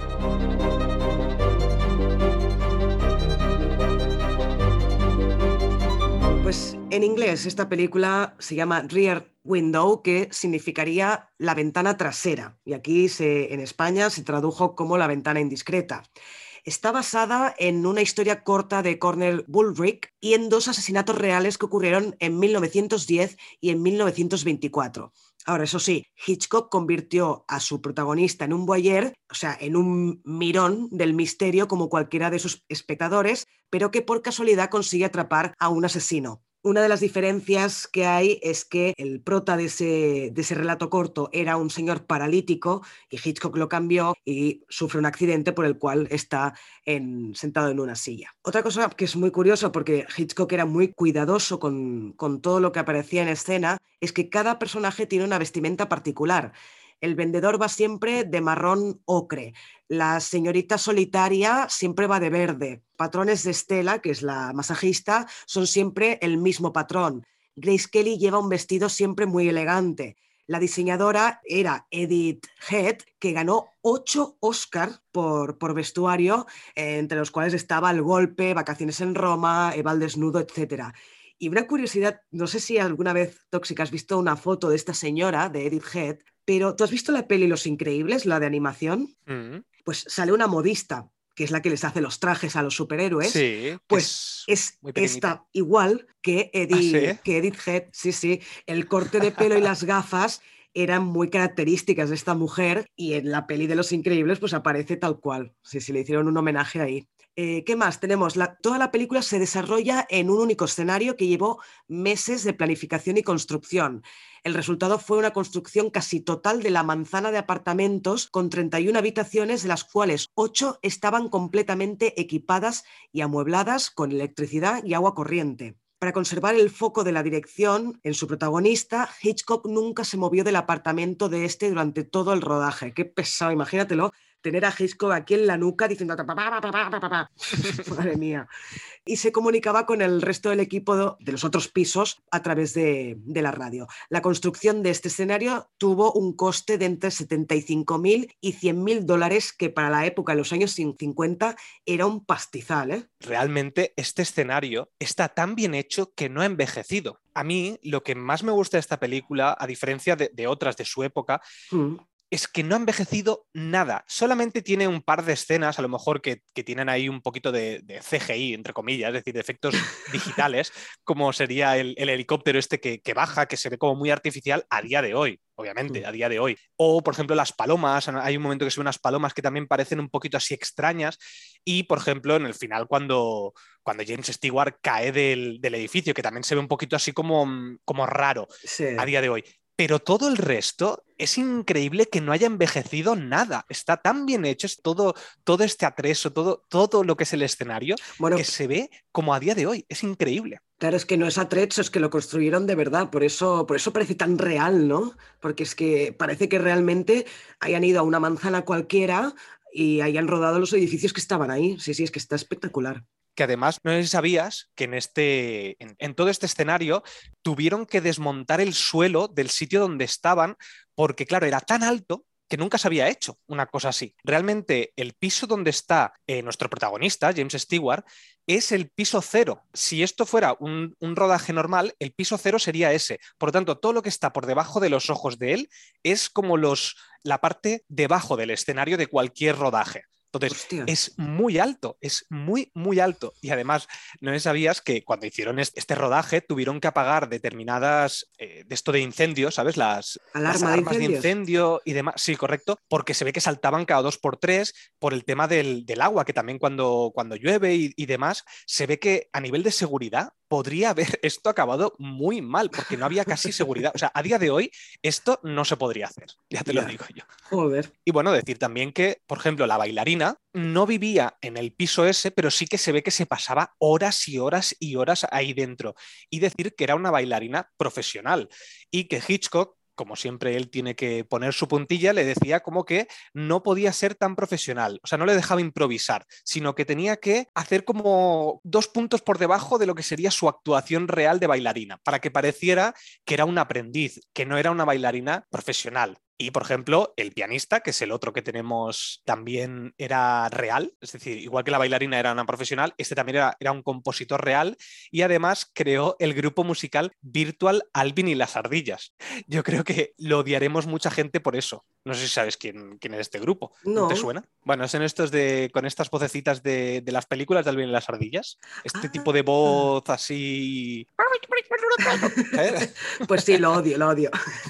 Pues en inglés esta película se llama Rear Window, que significaría la ventana trasera, y aquí se, en España se tradujo como La ventana indiscreta. Está basada en una historia corta de Cornell Bullrich y en dos asesinatos reales que ocurrieron en mil novecientos diez y en mil novecientos veinticuatro. Ahora, eso sí, Hitchcock convirtió a su protagonista en un voyeur, o sea, en un mirón del misterio como cualquiera de sus espectadores, pero que por casualidad consigue atrapar a un asesino. Una de las diferencias que hay es que el prota de ese, de ese relato corto era un señor paralítico y Hitchcock lo cambió y sufre un accidente por el cual está en, sentado en una silla. Otra cosa que es muy curiosa, porque Hitchcock era muy cuidadoso con, con todo lo que aparecía en escena, es que cada personaje tiene una vestimenta particular. El vendedor va siempre de marrón ocre. La señorita solitaria siempre va de verde. Patrones de Estela, que es la masajista, son siempre el mismo patrón. Grace Kelly lleva un vestido siempre muy elegante. La diseñadora era Edith Head, que ganó ocho Oscars por, por vestuario, eh, entre los cuales estaba El golpe, Vacaciones en Roma, Eva al desnudo, etcétera. Y una curiosidad, no sé si alguna vez, Tóxica, has visto una foto de esta señora, de Edith Head, pero ¿tú has visto la peli Los Increíbles, la de animación? Mm. Pues sale una modista, que es la que les hace los trajes a los superhéroes, Sí, que pues es es muy pequeñita. esta igual que Ah, sí. Edith, que Edith Head, sí, sí, el corte de pelo y las gafas eran muy características de esta mujer y en la peli de Los Increíbles pues aparece tal cual, sí, sí, le hicieron un homenaje ahí. Eh, ¿Qué más? Tenemos la, toda la película se desarrolla en un único escenario que llevó meses de planificación y construcción. El resultado fue una construcción casi total de la manzana de apartamentos con treinta y una habitaciones, de las cuales ocho estaban completamente equipadas y amuebladas con electricidad y agua corriente. Para conservar el foco de la dirección en su protagonista, Hitchcock nunca se movió del apartamento de este durante todo el rodaje. Qué pesado, imagínatelo, tener a Hitchcock aquí en la nuca diciendo pa, pa, pa, pa, pa, pa, pa. Madre mía. Y se comunicaba con el resto del equipo de los otros pisos a través de, de la radio. La construcción de este escenario tuvo un coste de entre setenta y cinco mil y cien mil dólares, que para la época, en los años cincuenta, era un pastizal, ¿eh? Realmente este escenario está tan bien hecho que no ha envejecido. A mí lo que más me gusta de esta película, a diferencia de, de otras de su época, Mm. es que no ha envejecido nada. Solamente tiene un par de escenas, a lo mejor, que, que tienen ahí un poquito de, de C G I, entre comillas, es decir, de efectos digitales, como sería el, el helicóptero este que, que baja, que se ve como muy artificial a día de hoy, obviamente, Mm. a día de hoy. O, por ejemplo, las palomas, hay un momento que se ven unas palomas que también parecen un poquito así extrañas. Y, por ejemplo, en el final, cuando, cuando James Stewart cae del, del edificio, que también se ve un poquito así como, como raro Sí. a día de hoy. Pero todo el resto es increíble que no haya envejecido nada. Está tan bien hecho, es todo, todo este atrezo, todo, todo lo que es el escenario, que Bueno, se ve como a día de hoy. Es increíble. claro, es que no es atrecho, es que lo construyeron de verdad, por eso, por eso parece tan real, ¿no? Porque es que parece que realmente hayan ido a una manzana cualquiera y hayan rodado los edificios que estaban ahí. Sí, sí, es que está espectacular. Que además, no sé si sabías que en, este, en, en todo este escenario tuvieron que desmontar el suelo del sitio donde estaban, porque claro, era tan alto que nunca se había hecho una cosa así. Realmente el piso donde está eh, nuestro protagonista, James Stewart, es el piso cero. Si esto fuera un, un rodaje normal, el piso cero sería ese. Por lo tanto, todo lo que está por debajo de los ojos de él es como los, la parte debajo del escenario de cualquier rodaje. Entonces, Hostia. es muy alto, es muy, muy alto. Y además, no sabías que cuando hicieron este rodaje tuvieron que apagar determinadas, eh, de esto de incendios, ¿sabes? Las, las Alarma de alarmas de incendios. incendio y demás. Sí, correcto, porque se ve que saltaban cada dos por tres por el tema del, del agua, que también cuando, cuando llueve y, y demás, se ve que a nivel de seguridad, podría haber esto acabado muy mal, porque no había casi seguridad. O sea, a día de hoy esto no se podría hacer, ya te Ya. lo digo yo. Joder. Y bueno, decir también que, por ejemplo, la bailarina no vivía en el piso ese, pero sí que se ve que se pasaba horas y horas y horas ahí dentro. Y decir que era una bailarina profesional y que Hitchcock, como siempre él tiene que poner su puntilla, le decía como que no podía ser tan profesional, o sea, no le dejaba improvisar, sino que tenía que hacer como dos puntos por debajo de lo que sería su actuación real de bailarina, para que pareciera que era un aprendiz, que no era una bailarina profesional. Y, por ejemplo, el pianista, que es el otro que tenemos, también era real, es decir, igual que la bailarina era una profesional, este también era, era un compositor real y además creó el grupo musical Virtual Alvin y las Ardillas. Yo creo que lo odiaremos mucha gente por eso. No sé si sabes quién, quién es este grupo. ¿No te No. suena? Bueno, son estos de con estas vocecitas de, de las películas de Alvin y las Ardillas. Este tipo de Ah. voz así... ¿sabes? Pues sí, lo odio, lo odio.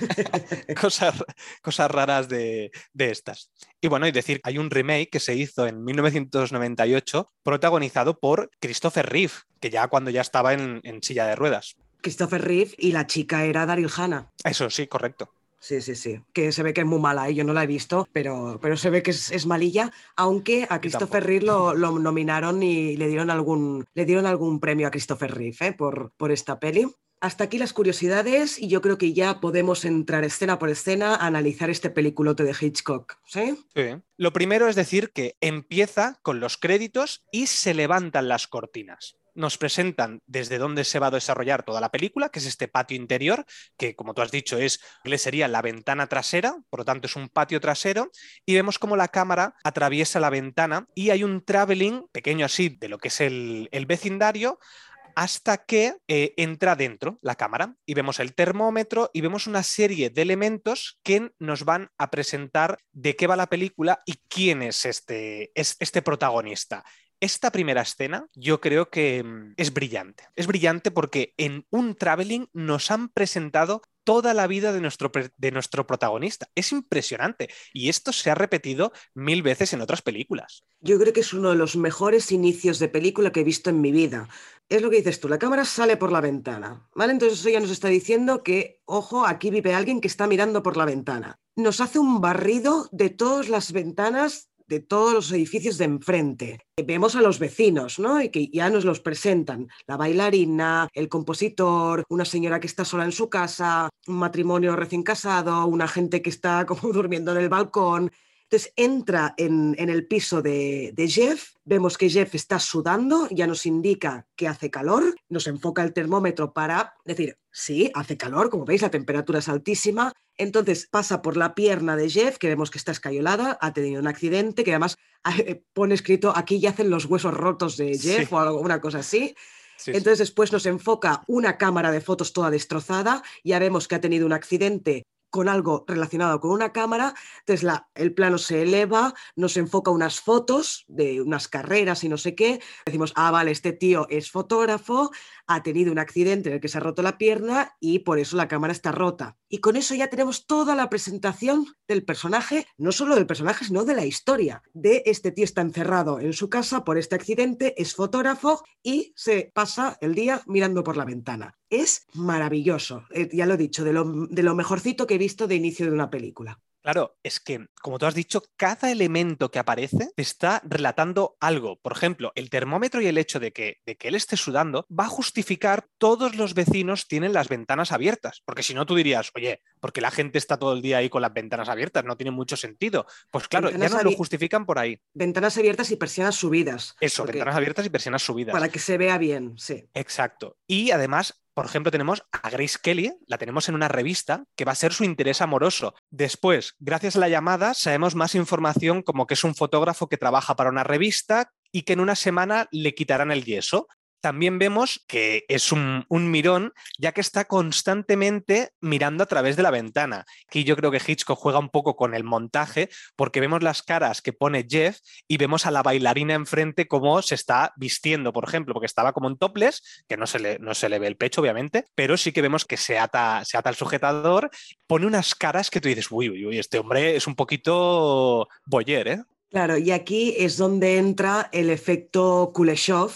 Cosas, cosas raras de, de estas. Y bueno, y decir, hay un remake que se hizo en mil novecientos noventa y ocho protagonizado por Christopher Reeve, que ya cuando ya estaba en, en silla de ruedas. Christopher Reeve y la chica era Daryl Hannah. Eso sí, correcto. Sí, sí, sí. Que se ve que es muy mala, ¿eh? Yo no la he visto, pero, pero se ve que es, es malilla, aunque a Yo Christopher tampoco. Reeve lo, lo nominaron y le dieron algún, le dieron algún premio a Christopher Reeve, ¿eh? por, por esta peli. Hasta aquí las curiosidades y yo creo que ya podemos entrar escena por escena a analizar este peliculote de Hitchcock, ¿sí? Sí. Lo primero es decir que empieza con los créditos y se levantan las cortinas. Nos presentan desde dónde se va a desarrollar toda la película, que es este patio interior, que como tú has dicho es, sería la ventana trasera, por lo tanto es un patio trasero, y vemos cómo la cámara atraviesa la ventana y hay un traveling pequeño así de lo que es el, el vecindario hasta que eh, entra dentro la cámara y vemos el termómetro y vemos una serie de elementos que nos van a presentar de qué va la película y quién es este, es este protagonista. Esta primera escena yo creo que mm, es brillante. Es brillante porque en un traveling nos han presentado toda la vida de nuestro, de nuestro protagonista. Es impresionante y esto se ha repetido mil veces en otras películas. Yo creo que es uno de los mejores inicios de película que he visto en mi vida. Es lo que dices tú, la cámara sale por la ventana, ¿vale? Entonces eso ya nos está diciendo que, ojo, aquí vive alguien que está mirando por la ventana. Nos hace un barrido de todas las ventanas de todos los edificios de enfrente. Vemos a los vecinos, ¿no? Y que ya nos los presentan. La bailarina, el compositor, una señora que está sola en su casa, un matrimonio recién casado, una gente que está como durmiendo en el balcón. Entonces entra en, en el piso de, de Jeff, vemos que Jeff está sudando, ya nos indica que hace calor, nos enfoca el termómetro para decir, sí, hace calor, como veis la temperatura es altísima, entonces pasa por la pierna de Jeff, que vemos que está escayolada, ha tenido un accidente, que además eh, pone escrito, aquí yacen los huesos rotos de Sí, Jeff o algo, una cosa así. sí, sí. Entonces después nos enfoca una cámara de fotos toda destrozada, ya vemos que ha tenido un accidente con algo relacionado con una cámara, entonces la, el plano se eleva, nos enfoca unas fotos de unas carreras y no sé qué, decimos, ah, vale, este tío es fotógrafo, ha tenido un accidente en el que se ha roto la pierna y por eso la cámara está rota. Y con eso ya tenemos toda la presentación del personaje, no solo del personaje, sino de la historia, de este tío está encerrado en su casa por este accidente, es fotógrafo y se pasa el día mirando por la ventana. Es maravilloso, eh, ya lo he dicho, de lo, de lo mejorcito que he visto de inicio de una película. Claro, es que, como tú has dicho, cada elemento que aparece te está relatando algo. Por ejemplo, el termómetro y el hecho de que, de que él esté sudando va a justificar todos los vecinos tienen las ventanas abiertas. Porque si no, tú dirías, oye, porque la gente está todo el día ahí con las ventanas abiertas, no tiene mucho sentido. Pues claro, ya Ventanas, nos lo abi justifican por ahí. ventanas abiertas y persianas subidas, Eso, porque ventanas abiertas y persianas subidas. para que se vea bien, sí. Exacto. Y además, por ejemplo, tenemos a Grace Kelly, la tenemos en una revista, que va a ser su interés amoroso. Después, gracias a la llamada, sabemos más información como que es un fotógrafo que trabaja para una revista y que en una semana le quitarán el yeso. También vemos que es un, un mirón, ya que está constantemente mirando a través de la ventana. Aquí yo creo que Hitchcock juega un poco con el montaje, porque vemos las caras que pone Jeff y vemos a la bailarina enfrente cómo se está vistiendo, por ejemplo, porque estaba como en topless, que no se le, no se le ve el pecho, obviamente, pero sí que vemos que se ata, se ata el sujetador, pone unas caras que tú dices, uy, uy, uy, este hombre es un poquito voyeur, ¿eh? Claro, y aquí es donde entra el efecto Kuleshov,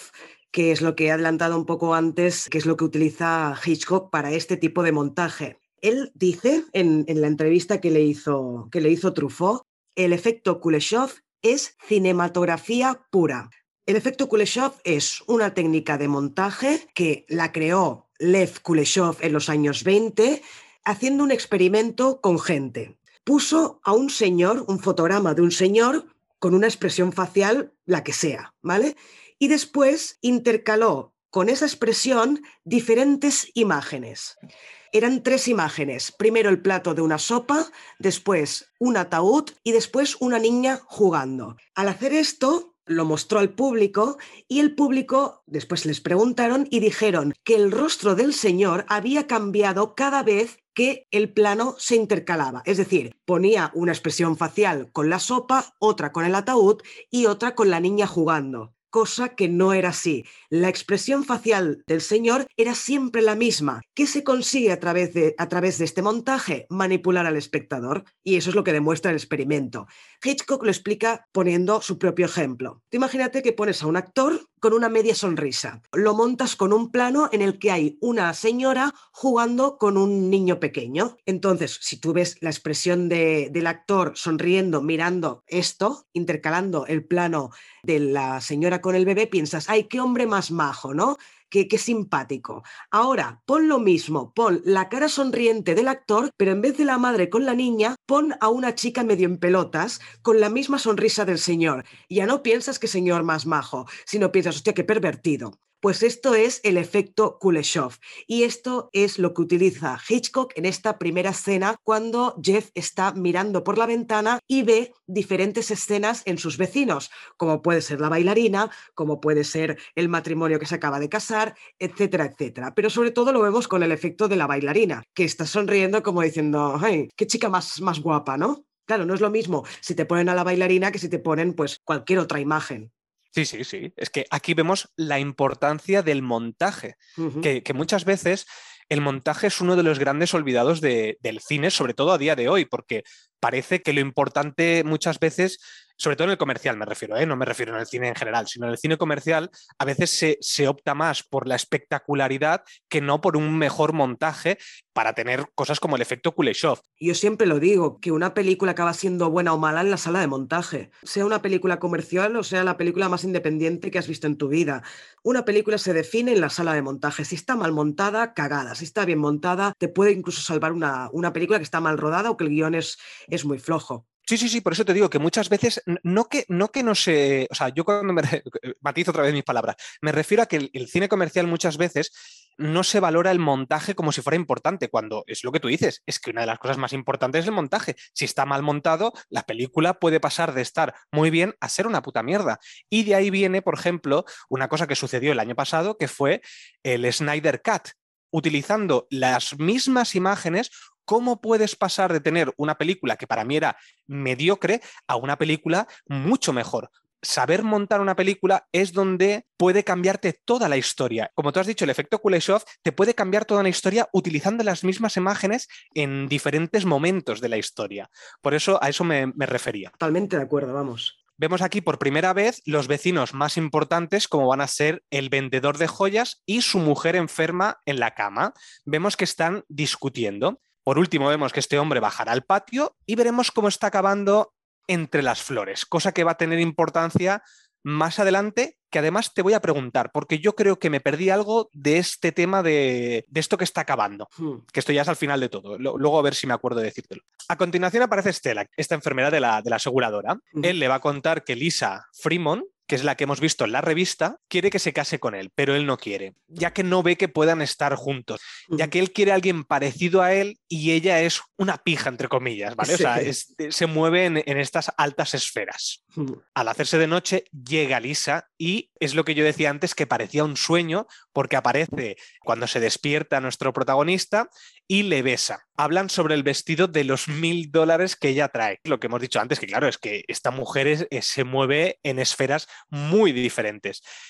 que es lo que he adelantado un popo antes, que es lo que utiliza Hitchcock para este tipo de montaje. Él dice en, en la entrevista que le, hizo, que le hizo Truffaut, el efecto Kuleshov es cinematografía pura. El efecto Kuleshov es una técnica de montaje que la creó Lev Kuleshov en los años veinte, haciendo un experimento con gente. Puso a un señor, un fotograma de un señor con una expresión facial, la que sea, ¿vale? Y después intercaló con esa expresión diferentes imágenes. Eran tres imágenes. Primero el plato de una sopa, después un ataúd y después una niña jugando. Al hacer esto, lo mostró al público y el público después les preguntaron y dijeron que el rostro del señor había cambiado cada vez que el plano se intercalaba. Es decir, ponía una expresión facial con la sopa, otra con el ataúd y otra con la niña jugando. Cosa que no era así. La expresión facial del señor era siempre la misma. ¿Qué se consigue a través de, a través de este montaje? Manipular al espectador. Y eso es lo que demuestra el experimento. Hitchcock lo explica poniendo su propio ejemplo. Tú imagínate que pones a un actor con una media sonrisa. Lo montas con un plano en el que hay una señora jugando con un niño pequeño. Entonces, si tú ves la expresión de, del actor sonriendo, mirando esto, intercalando el plano de la señora con el bebé, piensas, ¡ay, qué hombre más majo!, ¿no? Qué, qué simpático. Ahora, pon lo mismo, pon la cara sonriente del actor, pero en vez de la madre con la niña, pon a una chica medio en pelotas con la misma sonrisa del señor. Ya no piensas que señor más majo, sino piensas, hostia, qué pervertido. Pues esto es el efecto Kuleshov y esto es lo que utiliza Hitchcock en esta primera escena cuando Jeff está mirando por la ventana y ve diferentes escenas en sus vecinos, como puede ser la bailarina, como puede ser el matrimonio que se acaba de casar, etcétera, etcétera. Pero sobre todo lo vemos con el efecto de la bailarina, que está sonriendo como diciendo, ¡ay, qué chica más, más guapa!, ¿no? Claro, no es lo mismo si te ponen a la bailarina que si te ponen pues cualquier otra imagen. Sí, sí, sí. Es que aquí vemos la importancia del montaje, Uh-huh. que, que muchas veces el montaje es uno de los grandes olvidados de, del cine, sobre todo a día de hoy, porque parece que lo importante muchas veces, sobre todo en el comercial me refiero, ¿eh? No me refiero en el cine en general, sino en el cine comercial, a veces se, se opta más por la espectacularidad que no por un mejor montaje para tener cosas como el efecto Kuleshov. Yo siempre lo digo, que una película acaba siendo buena o mala en la sala de montaje. Sea una película comercial o sea la película más independiente que has visto en tu vida. Una película se define en la sala de montaje. Si está mal montada, cagada. Si está bien montada, te puede incluso salvar una, una película que está mal rodada o que el guión es, es muy flojo. Sí, sí, sí, por eso te digo que muchas veces, no que no, que no se... O sea, yo cuando me... Matizo otra vez mis palabras. Me refiero a que el, el cine comercial muchas veces no se valora el montaje como si fuera importante, cuando es lo que tú dices, es que una de las cosas más importantes es el montaje. Si está mal montado, la película puede pasar de estar muy bien a ser una puta mierda. Y de ahí viene, por ejemplo, una cosa que sucedió el año pasado, que fue el Snyder Cut, utilizando las mismas imágenes. ¿Cómo puedes pasar de tener una película que para mí era mediocre a una película mucho mejor? Saber montar una película es donde puede cambiarte toda la historia. Como tú has dicho, el efecto Kuleshov te puede cambiar toda una historia utilizando las mismas imágenes en diferentes momentos de la historia. Por eso a eso me, me refería. Totalmente de acuerdo, vamos. Vemos aquí por primera vez los vecinos más importantes, como van a ser el vendedor de joyas y su mujer enferma en la cama. Vemos que están discutiendo. Por último, vemos que este hombre bajará al patio y veremos cómo está acabando entre las flores, cosa que va a tener importancia más adelante, que además te voy a preguntar, porque yo creo que me perdí algo de este tema de, de esto que está acabando, Hmm. que esto ya es al final de todo. Luego a ver si me acuerdo de decírtelo. A continuación aparece Stella, esta enfermera de la, de la aseguradora. Uh-huh. Él le va a contar que Lisa Fremont, que es la que hemos visto en la revista, quiere que se case con él, pero él no quiere, ya que no ve que puedan estar juntos, ya que él quiere a alguien parecido a él y ella es una pija, entre comillas, ¿vale? Sí. O sea, es, se mueve en, en estas altas esferas. Al hacerse de noche, llega Lisa y es lo que yo decía antes, que parecía un sueño, porque aparece cuando se despierta nuestro protagonista y le besa. Hablan sobre el vestido de los mil dólares que ella trae. Lo que hemos dicho antes, que claro, es que esta mujer es, es, se mueve en esferas muy diferentes.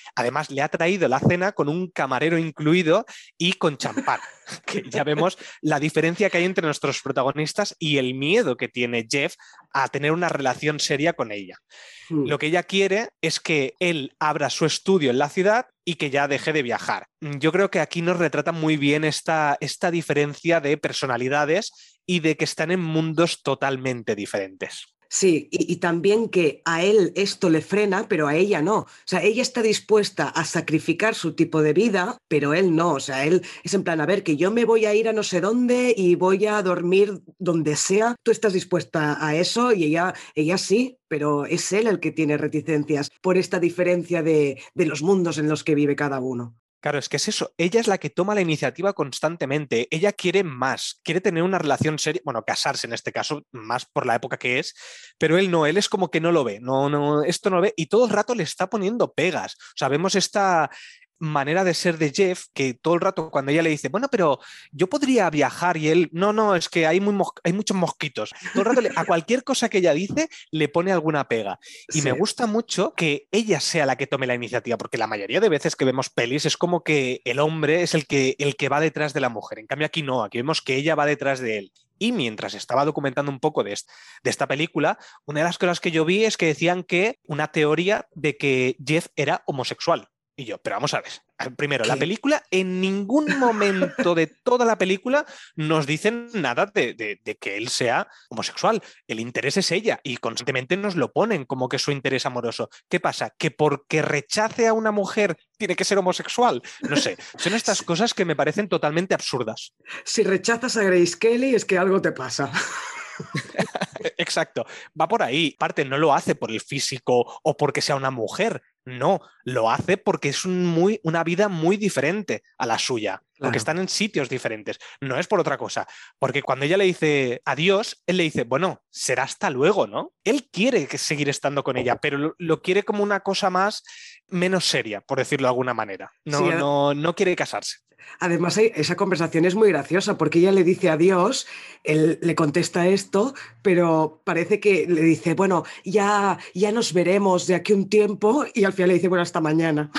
Además, le ha traído la cena con un camarero incluido y con champán. Que ya vemos la diferencia que hay entre nuestros protagonistas y el miedo que tiene Jeff a tener una relación seria con ella. Mm. Lo que ella quiere es que él abra su estudio en la ciudad y que ya deje de viajar. Yo creo que aquí nos retrata muy bien esta, esta diferencia de personalidades y de que están en mundos totalmente diferentes. Sí, y, y también que a él esto le frena, pero a ella no. O sea, ella está dispuesta a sacrificar su tipo de vida, pero él no. O sea, él es en plan, a ver, que yo me voy a ir a no sé dónde y voy a dormir donde sea. Tú estás dispuesta a eso y ella, ella sí, pero es él el que tiene reticencias por esta diferencia de, de los mundos en los que vive cada uno. Claro, es que es eso. Ella es la que toma la iniciativa constantemente. Ella quiere más, quiere tener una relación seria, bueno, casarse en este caso, más por la época que es, pero él no, él es como que no lo ve, no, no, esto no lo ve y todo el rato le está poniendo pegas. O sea, vemos esta manera de ser de Jeff que todo el rato cuando ella le dice, bueno, pero yo podría viajar y él, no, no, es que hay, muy mos hay muchos mosquitos. Todo el rato le, a cualquier cosa que ella dice le pone alguna pega. Y Sí. me gusta mucho que ella sea la que tome la iniciativa, porque la mayoría de veces que vemos pelis es como que el hombre es el que, el que va detrás de la mujer. En cambio aquí no, aquí vemos que ella va detrás de él. Y mientras estaba documentando un poco de, est de esta película, una de las cosas que yo vi es que decían que una teoría de que Jeff era homosexual. Y yo, pero vamos a ver, primero, ¿Qué? la película en ningún momento de toda la película nos dicen nada de, de, de que él sea homosexual. El interés es ella y constantemente nos lo ponen como que es su interés amoroso. ¿Qué pasa? ¿Que porque rechace a una mujer tiene que ser homosexual? No sé, son estas cosas que me parecen totalmente absurdas. Si rechazas a Grace Kelly es que algo te pasa. Exacto, va por ahí. Aparte, no lo hace por el físico o porque sea una mujer. No, lo hace porque es un muy, una vida muy diferente a la suya, porque Claro. están en sitios diferentes. No es por otra cosa, porque cuando ella le dice adiós, él le dice, bueno, será hasta luego, ¿no? Él quiere que seguir estando con ella, pero lo, lo quiere como una cosa más, menos seria, por decirlo de alguna manera. Sí, No, no, no quiere casarse. además, esa conversación es muy graciosa porque ella le dice adiós, él le contesta esto, pero parece que le dice, bueno, ya, ya nos veremos de aquí un tiempo y al final le dice, bueno, hasta mañana.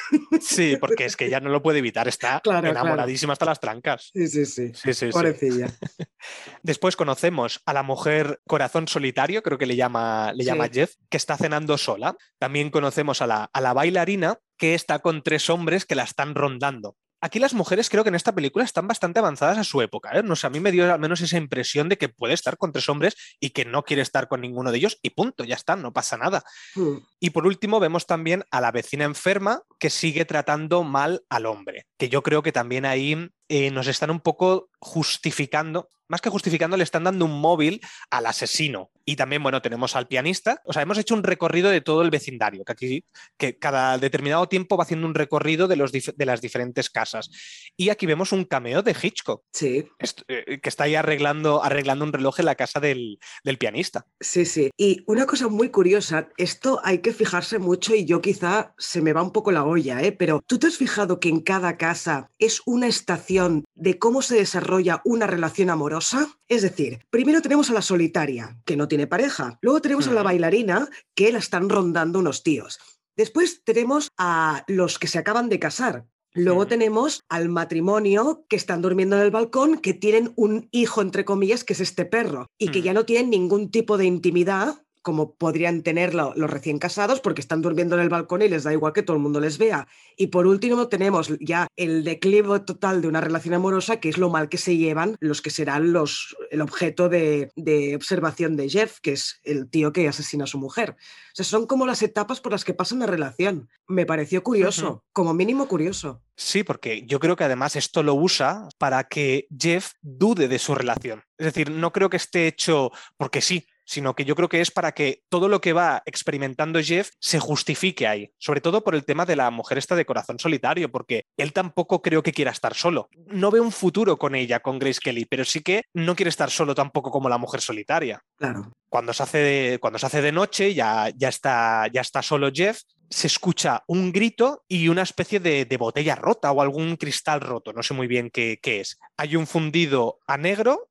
Sí, porque es que ella no lo puede evitar, está Claro, claro. enamoradísima hasta las trancas. Sí, sí, sí. Sí, sí, sí. Pobrecilla. Después conocemos a la mujer corazón solitario, creo que le llama, le llama Sí. Jeff, que está cenando sola. También conocemos a la, a la bailarina, que está con tres hombres que la están rondando. Aquí las mujeres creo que en esta película están bastante avanzadas a su época, ¿eh? No sé, a mí me dio al menos esa impresión de que puede estar con tres hombres y que no quiere estar con ninguno de ellos y punto, ya está, no pasa nada. Hmm. Y por último vemos también a la vecina enferma que sigue tratando mal al hombre, que yo creo que también ahí eh, nos están un poco justificando, más que justificando, le están dando un móvil al asesino. Y también, bueno, tenemos al pianista. O sea, hemos hecho un recorrido de todo el vecindario, que aquí, que cada determinado tiempo va haciendo un recorrido de, los de las diferentes casas. Y aquí vemos un cameo de Hitchcock, Sí. que está ahí arreglando, arreglando un reloj en la casa del, del pianista. Sí, sí. Y una cosa muy curiosa, esto hay que fijarse mucho y yo quizá se me va un poco la olla, ¿eh? Pero ¿tú te has fijado que en cada casa es una estación de cómo se desarrolla una relación amorosa? Es decir, primero tenemos a la solitaria, que no tiene pareja. Luego tenemos a la bailarina, que la están rondando unos tíos. Después tenemos a los que se acaban de casar. Luego tenemos al matrimonio que están durmiendo en el balcón, que tienen un hijo, entre comillas, que es este perro, y que ya no tienen ningún tipo de intimidad como podrían tenerlo los recién casados, porque están durmiendo en el balcón y les da igual que todo el mundo les vea. Y por último tenemos ya el declive total de una relación amorosa, que es lo mal que se llevan los que serán los, el objeto de, de observación de Jeff, que es el tío que asesina a su mujer. O sea, son como las etapas por las que pasa una relación. Me pareció curioso, uh-huh. como mínimo curioso. Sí, porque yo creo que además esto lo usa para que Jeff dude de su relación. Es decir, no creo que esté hecho porque sí, sino que yo creo que es para que todo lo que va experimentando Jeff se justifique ahí, sobre todo por el tema de la mujer esta de corazón solitario, porque él tampoco creo que quiera estar solo. No ve un futuro con ella, con Grace Kelly, pero sí que no quiere estar solo tampoco como la mujer solitaria. Claro. Cuando se hace de, cuando se hace de noche, ya, ya, está, ya está solo Jeff, se escucha un grito y una especie de, de botella rota o algún cristal roto, no sé muy bien qué, qué es. Hay un fundido a negro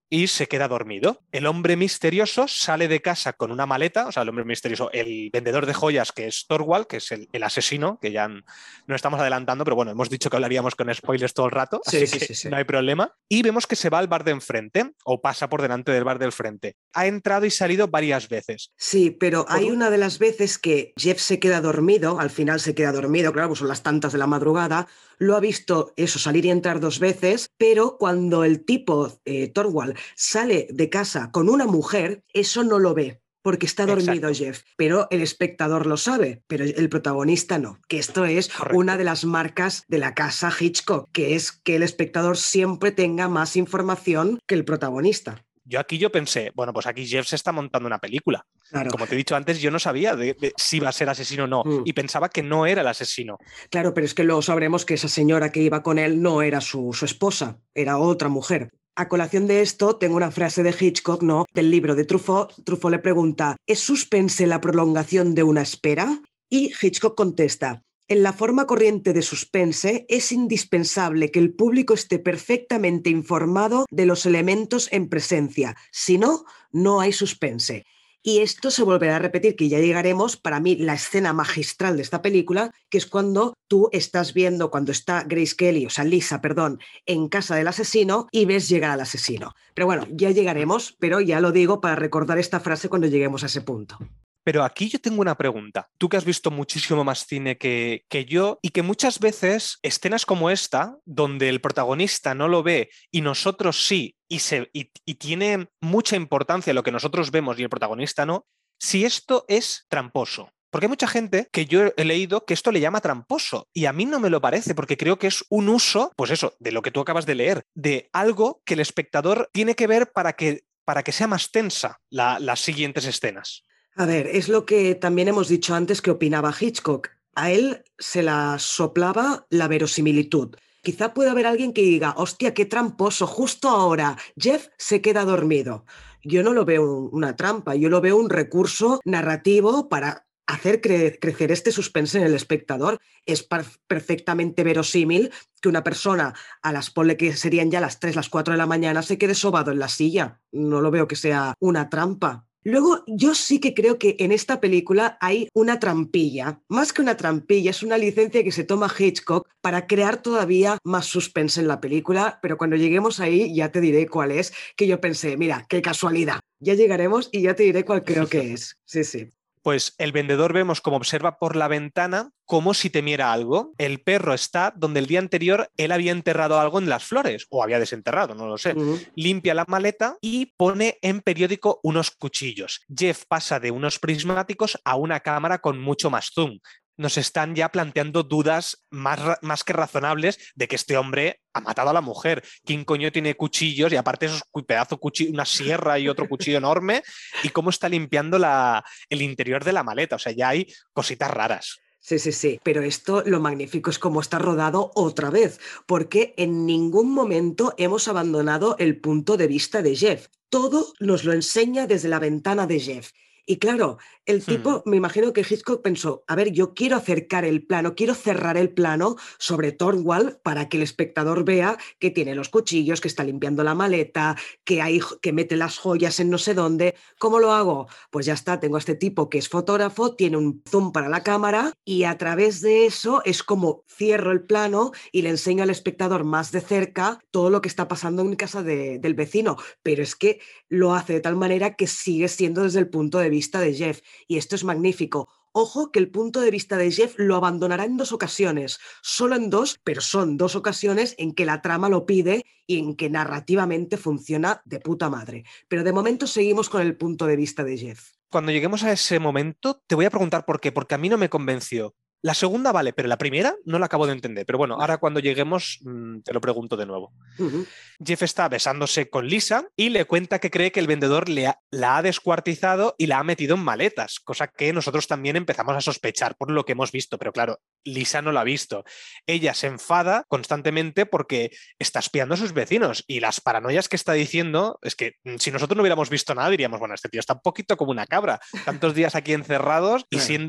y se queda dormido. El hombre misterioso sale de casa con una maleta, o sea, el hombre misterioso, el vendedor de joyas que es Thorwald, que es el, el asesino, que ya no estamos adelantando, pero bueno, hemos dicho que hablaríamos con spoilers todo el rato, Sí, así sí, que sí, sí. no hay problema. Y vemos que se va al bar de enfrente, o pasa por delante del bar del frente. Ha entrado y salido varias veces. Sí, pero Por hay un... una de las veces que Jeff se queda dormido, al final se queda dormido, claro, pues son las tantas de la madrugada, lo ha visto eso, salir y entrar dos veces, pero cuando el tipo, eh, Thorwald, sale de casa con una mujer, eso no lo ve. Porque está dormido Exacto, Jeff, pero el espectador lo sabe, pero el protagonista no. Que esto es una correcto. de las marcas de la casa Hitchcock, que es que el espectador siempre tenga más información que el protagonista. Yo aquí yo pensé, bueno, pues aquí Jeff se está montando una película. Claro. Como te he dicho antes, yo no sabía de, de si va a ser asesino o no, Mm. y pensaba que no era el asesino. Claro, pero es que luego sabremos que esa señora que iba con él no era su, su esposa, era otra mujer. A colación de esto, tengo una frase de Hitchcock, ¿no? Del libro de Truffaut. Truffaut le pregunta, ¿es suspense la prolongación de una espera? Y Hitchcock contesta, en la forma corriente de suspense es indispensable que el público esté perfectamente informado de los elementos en presencia. Si no, no hay suspense. Y esto se volverá a repetir, que ya llegaremos, para mí, la escena magistral de esta película, que es cuando tú estás viendo, cuando está Grace Kelly, o sea, Lisa, perdón, en casa del asesino y ves llegar al asesino. Pero bueno, ya llegaremos, pero ya lo digo para recordar esta frase cuando lleguemos a ese punto. Pero aquí yo tengo una pregunta. Tú que has visto muchísimo más cine que, que yo y que muchas veces escenas como esta, donde el protagonista no lo ve y nosotros sí, y, se, y, y tiene mucha importancia lo que nosotros vemos y el protagonista no, si esto es tramposo. Porque hay mucha gente que yo he leído que esto le llama tramposo y a mí no me lo parece porque creo que es un uso, pues eso, de lo que tú acabas de leer, de algo que el espectador tiene que ver para que, para que sea más tensa la, las siguientes escenas. A ver, es lo que también hemos dicho antes que opinaba Hitchcock. A él se la soplaba la verosimilitud. Quizá pueda haber alguien que diga, hostia, qué tramposo, justo ahora Jeff se queda dormido. Yo no lo veo un, una trampa, yo lo veo un recurso narrativo para hacer cre crecer este suspense en el espectador. Es perfectamente verosímil que una persona a las, ponle que serían ya las tres, las cuatro de la mañana, se quede sobado en la silla. No lo veo que sea una trampa. Luego, yo sí que creo que en esta película hay una trampilla. Más que una trampilla, es una licencia que se toma Hitchcock para crear todavía más suspense en la película, pero cuando lleguemos ahí ya te diré cuál es, que yo pensé, mira, qué casualidad. Ya llegaremos y ya te diré cuál creo que es. Sí, sí. Pues el vendedor vemos como observa por la ventana como si temiera algo. El perro está donde el día anterior él había enterrado algo en las flores, o había desenterrado, no lo sé. Uh-huh. Limpia la maleta y pone en periódico unos cuchillos. Jeff pasa de unos prismáticos a una cámara con mucho más zoom. Nos están ya planteando dudas más, más que razonables de que este hombre ha matado a la mujer. ¿Quién coño tiene cuchillos? Y aparte esos pedazos cuchillos, una sierra y otro cuchillo enorme. ¿Y cómo está limpiando la, el interior de la maleta? O sea, ya hay cositas raras. Sí, sí, sí, pero esto lo magnífico es cómo está rodado otra vez, porque en ningún momento hemos abandonado el punto de vista de Jeff. Todo nos lo enseña desde la ventana de Jeff. Y claro, el tipo, Hmm. me imagino que Hitchcock pensó, a ver, yo quiero acercar el plano, quiero cerrar el plano sobre Thorwald para que el espectador vea que tiene los cuchillos, que está limpiando la maleta, que, hay, que mete las joyas en no sé dónde. ¿Cómo lo hago? Pues ya está, tengo a este tipo que es fotógrafo, tiene un zoom para la cámara y a través de eso es como cierro el plano y le enseño al espectador más de cerca todo lo que está pasando en casa de, del vecino. Pero es que lo hace de tal manera que sigue siendo desde el punto de vista de Jeff. Y esto es magnífico. Ojo que el punto de vista de Jeff lo abandonará en dos ocasiones, solo en dos, pero son dos ocasiones en que la trama lo pide y en que narrativamente funciona de puta madre. Pero de momento seguimos con el punto de vista de Jeff. Cuando lleguemos a ese momento, te voy a preguntar por qué, porque a mí no me convenció. La segunda vale, pero la primera no la acabo de entender. Pero bueno, Vale. ahora cuando lleguemos mmm, te lo pregunto de nuevo. Uh-huh. Jeff está besándose con Lisa y le cuenta que cree que el vendedor le ha, la ha descuartizado y la ha metido en maletas, cosa que nosotros también empezamos a sospechar por lo que hemos visto. Pero claro, Lisa no lo ha visto. Ella se enfada constantemente porque está espiando a sus vecinos y las paranoias que está diciendo es que si nosotros no hubiéramos visto nada diríamos, bueno, este tío está un poquito como una cabra, tantos días aquí encerrados y Claro. siendo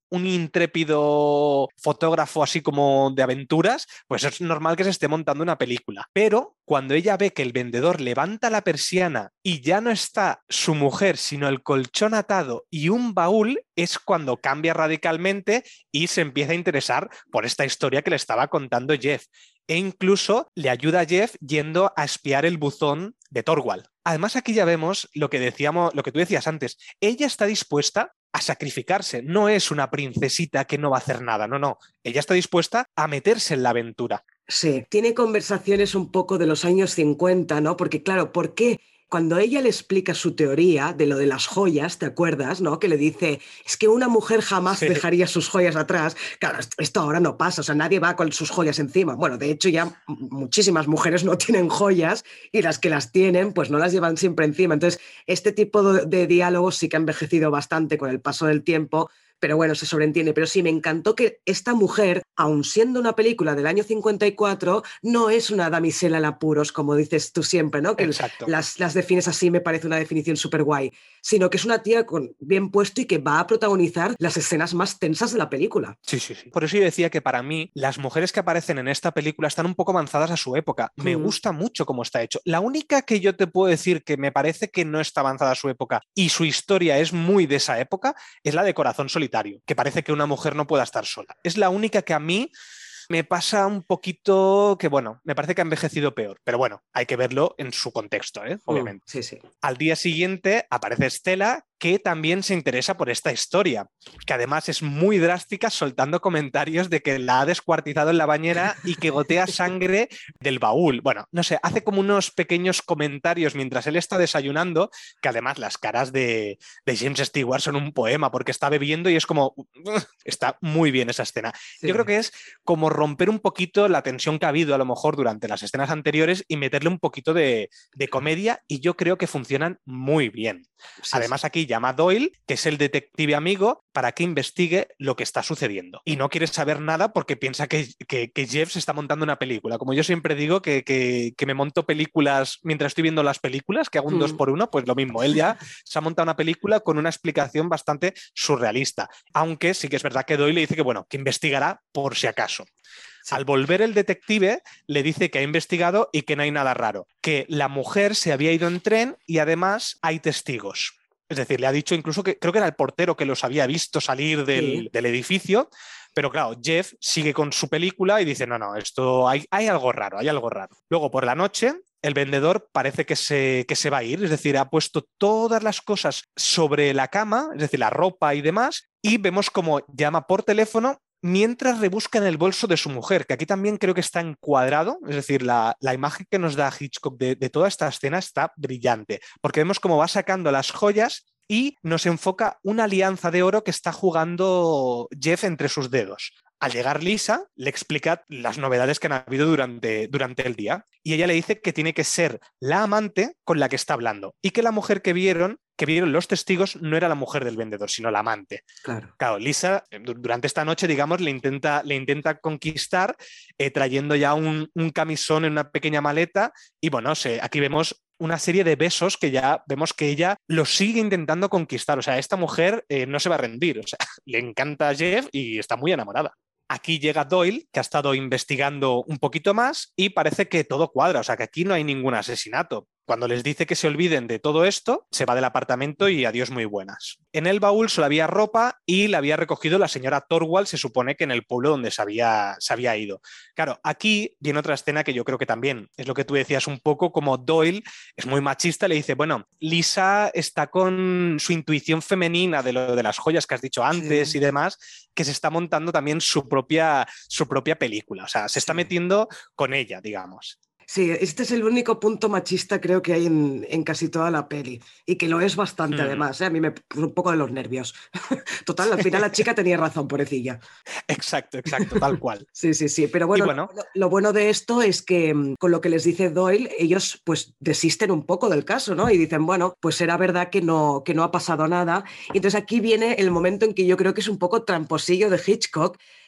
un intrépido fotógrafo así como de aventuras, pues es normal que se esté montando una película. Pero cuando ella ve que el vendedor levanta la persiana y ya no está su mujer, sino el colchón atado y un baúl, es cuando cambia radicalmente y se empieza a interesar por esta historia que le estaba contando Jeff. E incluso le ayuda a Jeff yendo a espiar el buzón de Thorwald. Además, aquí ya vemos lo que decíamos, lo que tú decías antes. Ella está dispuesta a sacrificarse. No es una princesita que no va a hacer nada. No, no. Ella está dispuesta a meterse en la aventura. Sí, tiene conversaciones un poco de los años cincuenta, ¿no? Porque claro, ¿por qué? Cuando ella le explica su teoría de lo de las joyas, ¿te acuerdas? ¿No? Que le dice, es que una mujer jamás Sí. dejaría sus joyas atrás. Claro, esto ahora no pasa, o sea, nadie va con sus joyas encima. Bueno, de hecho ya muchísimas mujeres no tienen joyas y las que las tienen, pues no las llevan siempre encima. Entonces, este tipo de, de diálogos sí que ha envejecido bastante con el paso del tiempo, pero bueno, se sobreentiende. Pero sí, me encantó que esta mujer, aun siendo una película del año cincuenta y cuatro, no es una damisela en apuros, como dices tú siempre, ¿no? Que Exacto. las, las defines así, me parece una definición súper guay, sino que es una tía con bien puesto y que va a protagonizar las escenas más tensas de la película. Sí, sí, sí. Por eso yo decía que para mí las mujeres que aparecen en esta película están un poco avanzadas a su época. Me Mm. gusta mucho cómo está hecho. La única que yo te puedo decir que me parece que no está avanzada a su época y su historia es muy de esa época es la de Corazón Solitario, que parece que una mujer no pueda estar sola. Es la única que a mí me pasa un poquito que, bueno, me parece que ha envejecido peor. Pero bueno, hay que verlo en su contexto, ¿eh? Obviamente. Mm, sí, sí. Al día siguiente aparece Stella, que también se interesa por esta historia, que además es muy drástica, soltando comentarios de que la ha descuartizado en la bañera y que gotea sangre del baúl. Bueno, no sé, hace como unos pequeños comentarios mientras él está desayunando, que además las caras de, de James Stewart son un poema, porque está bebiendo y es como... Está muy bien esa escena. Sí. Yo creo que es como romper un poquito la tensión que ha habido a lo mejor durante las escenas anteriores y meterle un poquito de, de comedia, y yo creo que funcionan muy bien. Sí, Además, sí. aquí llama a Doyle, que es el detective amigo, para que investigue lo que está sucediendo. Y no quiere saber nada porque piensa que, que, que Jeff se está montando una película. Como yo siempre digo que, que, que me monto películas mientras estoy viendo las películas, que hago un Mm. dos por uno, pues lo mismo. Él ya se ha montado una película con una explicación bastante surrealista. Aunque sí que es verdad que Doyle le dice que, bueno, que investigará por si acaso. Sí. Al volver el detective le dice que ha investigado y que no hay nada raro, que la mujer se había ido en tren y además hay testigos. Es decir, le ha dicho incluso que creo que era el portero que los había visto salir del, Sí. del edificio, pero claro, Jeff sigue con su película y dice, no, no, esto hay, hay algo raro, hay algo raro. Luego por la noche el vendedor parece que se, que se va a ir, es decir, ha puesto todas las cosas sobre la cama, es decir, la ropa y demás, y vemos como llama por teléfono mientras rebusca en el bolso de su mujer, que aquí también creo que está encuadrado, es decir, la, la imagen que nos da Hitchcock de, de toda esta escena está brillante, porque vemos cómo va sacando las joyas y nos enfoca una alianza de oro que está jugando Jeff entre sus dedos. Al llegar Lisa, le explica las novedades que han habido durante, durante el día y ella le dice que tiene que ser la amante con la que está hablando y que la mujer que vieron, que vieron los testigos no era la mujer del vendedor, sino la amante. Claro. Claro, Lisa durante esta noche, digamos, le intenta, le intenta conquistar eh, trayendo ya un, un camisón en una pequeña maleta y bueno, se, aquí vemos una serie de besos que ya vemos que ella lo sigue intentando conquistar. O sea, esta mujer eh, no se va a rendir. O sea, le encanta a Jeff y está muy enamorada. Aquí llega Doyle, que ha estado investigando un poquito más y parece que todo cuadra, o sea que aquí no hay ningún asesinato. Cuando les dice que se olviden de todo esto, se va del apartamento y adiós muy buenas. En el baúl solo había ropa y la había recogido la señora Thorwald, se supone que en el pueblo donde se había, se había ido. Claro, aquí viene otra escena que yo creo que también es lo que tú decías un poco, como Doyle es muy machista, le dice, bueno, Lisa está con su intuición femenina de lo de las joyas que has dicho antes, sí, y demás, que se está montando también su propia, su propia película, o sea, se está Sí. metiendo con ella, digamos. Sí, este es el único punto machista creo que hay en, en casi toda la peli y que lo es bastante Mm. además, ¿eh? A mí me puso un poco de los nervios. Total, al final la chica tenía razón, pobrecilla. Exacto, exacto, tal cual. Sí, sí, sí, pero bueno, bueno, lo, lo bueno de esto es que mm, con lo que les dice Doyle, ellos pues desisten un poco del caso, ¿no? Y dicen, bueno, pues será verdad que no, que no ha pasado nada. Y entonces aquí viene el momento en que yo creo que es un poco tramposillo de Hitchcock,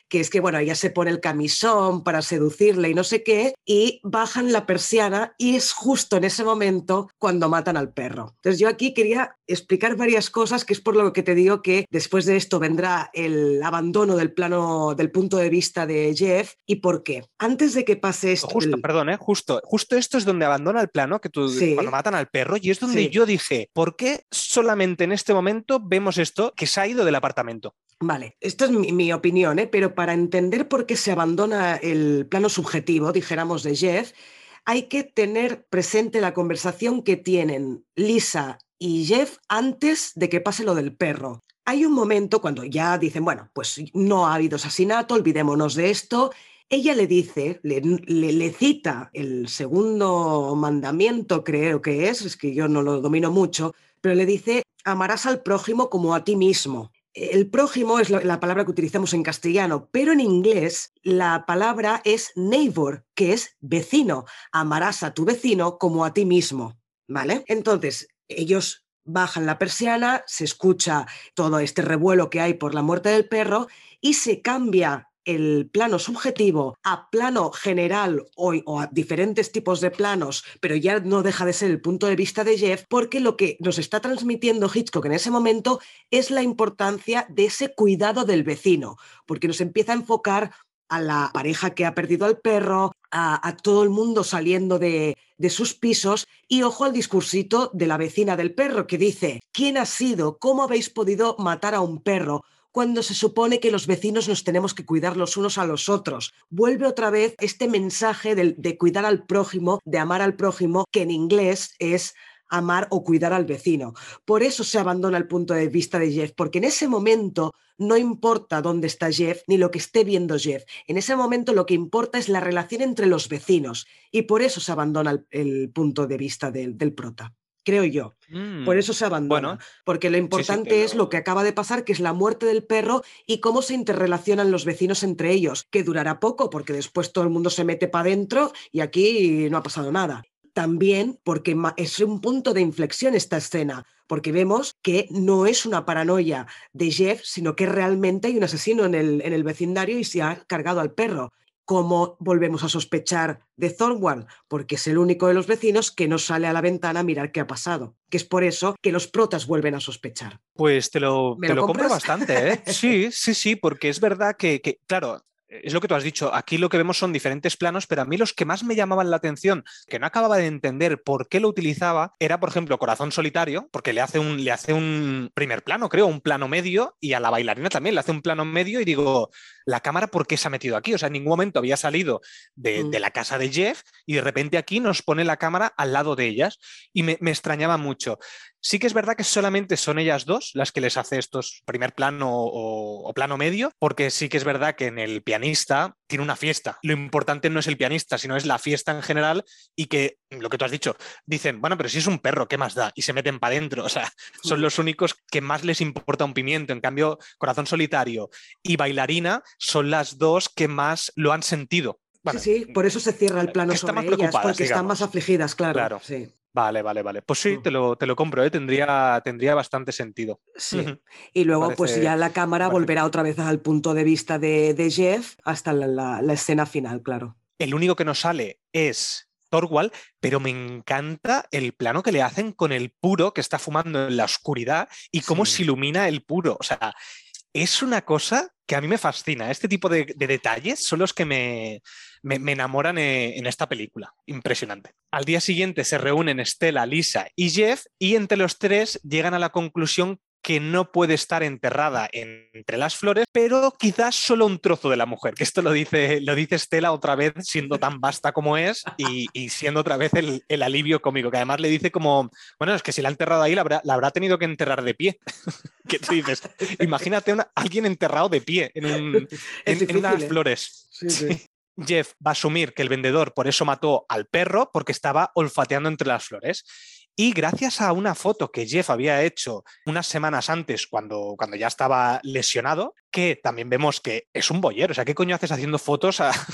que es que, bueno, ella se pone el camisón para seducirle y no sé qué, y bajan la persiana y es justo en ese momento cuando matan al perro. Entonces yo aquí quería explicar varias cosas, que es por lo que te digo que después de esto vendrá el abandono del plano, del punto de vista de Jeff. ¿Y por qué? Antes de que pase esto Justo, del... perdón, ¿eh? Justo, justo esto es donde abandona el plano, que tú, cuando Sí, matan al perro, y es donde sí. yo dije, ¿por qué solamente en este momento vemos esto que se ha ido del apartamento? Vale, esto es mi, mi opinión, ¿eh? Pero para entender por qué se abandona el plano subjetivo, dijéramos, de Jeff, hay que tener presente la conversación que tienen Lisa y Jeff antes de que pase lo del perro. Hay un momento cuando ya dicen, bueno, pues no ha habido asesinato, olvidémonos de esto. Ella le dice, le, le, le cita el segundo mandamiento, creo que es, es que yo no lo domino mucho, pero le dice, amarás al prójimo como a ti mismo. El prójimo es la, la palabra que utilizamos en castellano, pero en inglés la palabra es neighbor, que es vecino. Amarás a tu vecino como a ti mismo, ¿vale? Entonces, ellos bajan la persiana, se escucha todo este revuelo que hay por la muerte del perro y se cambia el plano subjetivo a plano general o, o, a diferentes tipos de planos, pero ya no deja de ser el punto de vista de Jeff, porque lo que nos está transmitiendo Hitchcock en ese momento es la importancia de ese cuidado del vecino, porque nos empieza a enfocar a la pareja que ha perdido al perro, a, a todo el mundo saliendo de, de sus pisos, y ojo al discursito de la vecina del perro que dice, ¿quién ha sido? ¿Cómo habéis podido matar a un perro? Cuando se supone que los vecinos nos tenemos que cuidar los unos a los otros. Vuelve otra vez este mensaje de, de cuidar al prójimo, de amar al prójimo, que en inglés es amar o cuidar al vecino. Por eso se abandona el punto de vista de Jeff, porque en ese momento no importa dónde está Jeff ni lo que esté viendo Jeff. En ese momento lo que importa es la relación entre los vecinos y por eso se abandona el, el punto de vista del, del prota, creo yo. Por Mm, eso se abandona, bueno, porque lo sí, sí, te importante es lo que lo... acaba de pasar, que es la muerte del perro y cómo se interrelacionan los vecinos entre ellos, que durará poco, porque después todo el mundo se mete para adentro y aquí no ha pasado nada. También porque es un punto de inflexión esta escena, porque vemos que no es una paranoia de Jeff, sino que realmente hay un asesino en el, en el vecindario y se ha cargado al perro. ¿Cómo volvemos a sospechar de Thorwald? Porque es el único de los vecinos que no sale a la ventana a mirar qué ha pasado, que es por eso que los protas vuelven a sospechar. Pues te lo, ¿Me te lo lo compro compras? bastante, ¿eh? Sí, sí, sí, porque es verdad que, que, claro, es lo que tú has dicho, aquí lo que vemos son diferentes planos, pero a mí los que más me llamaban la atención, que no acababa de entender por qué lo utilizaba, era, por ejemplo, Corazón Solitario, porque le hace un, le hace un primer plano, creo, un plano medio, y a la bailarina también le hace un plano medio, y digo, ¿la cámara por qué se ha metido aquí? O sea, en ningún momento había salido de, Mm. de la casa de Jeff, y de repente aquí nos pone la cámara al lado de ellas, y me, me extrañaba mucho. Sí que es verdad que solamente son ellas dos las que les hace estos primer plano o, o, plano medio, porque sí que es verdad que en el pianista tiene una fiesta. Lo importante no es el pianista, sino es la fiesta en general y que, lo que tú has dicho, dicen, bueno, pero si es un perro, ¿qué más da? Y se meten para adentro. O sea, son Mm. los únicos que más les importa un pimiento. En cambio, Corazón Solitario y Bailarina son las dos que más lo han sentido. Sí, Bueno, sí, por eso se cierra el plano que están más sobre ellas, preocupadas, porque están más digamos. afligidas, claro, Claro. sí. Vale, vale, vale. Pues sí, Mm. te lo, te lo compro, ¿eh? Tendría, tendría bastante sentido. Sí. Me Y luego, pues parece, ya la me cámara parece volverá bien. otra vez al punto de vista de, de Jeff hasta la, la, la escena final, claro. El único que nos sale es Thorwald, pero me encanta el plano que le hacen con el puro que está fumando en la oscuridad y cómo Sí. se ilumina el puro. O sea, es una cosa que a mí me fascina. Este tipo de, de detalles son los que me, me, me enamoran en, en esta película. Impresionante. Al día siguiente se reúnen Stella, Lisa y Jeff y entre los tres llegan a la conclusión que no puede estar enterrada en, entre las flores, pero quizás solo un trozo de la mujer, que esto lo dice, lo dice Stella otra vez, siendo tan vasta como es y, y siendo otra vez el, el alivio cómico, que además le dice como, bueno, es que si la ha enterrado ahí, la habrá, la habrá tenido que enterrar de pie. ¿Qué tú dices? Imagínate a alguien enterrado de pie en, un, Es en, en difícil, unas ¿eh? flores. Sí, sí. Sí. Jeff va a asumir que el vendedor por eso mató al perro, porque estaba olfateando entre las flores. Y gracias a una foto que Jeff había hecho unas semanas antes, cuando, cuando ya estaba lesionado, que también vemos que es un boyero. O sea, ¿qué coño haces haciendo fotos a, a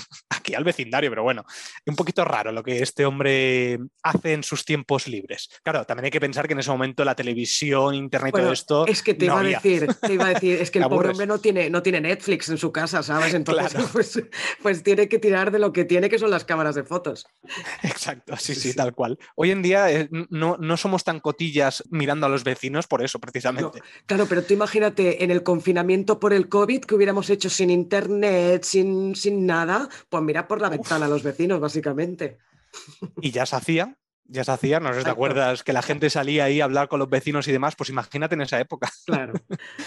aquí al vecindario, pero bueno, un poquito raro lo que este hombre hace en sus tiempos libres. Claro, también hay que pensar que en ese momento la televisión, internet y todo Bueno, esto es que te no iba a había. decir, te iba a decir, es que Te el pobre hombre aburres. no tiene, no tiene Netflix en su casa, ¿sabes? Entonces, Claro, pues, pues tiene que tirar de lo que tiene, que son las cámaras de fotos. exacto, sí, Sí, sí, sí. tal cual. Hoy en día eh, no, no somos tan cotillas mirando a los vecinos por eso, No, precisamente. claro, pero tú imagínate en el confinamiento por el COVID que hubiéramos hecho sin internet, sin, sin nada, pues mira por la ventana a los Uf. vecinos, básicamente. Y ya se hacía, ya se hacía, no sé si te Exacto, acuerdas que la gente salía ahí a hablar con los vecinos y demás, pues imagínate en esa época. claro.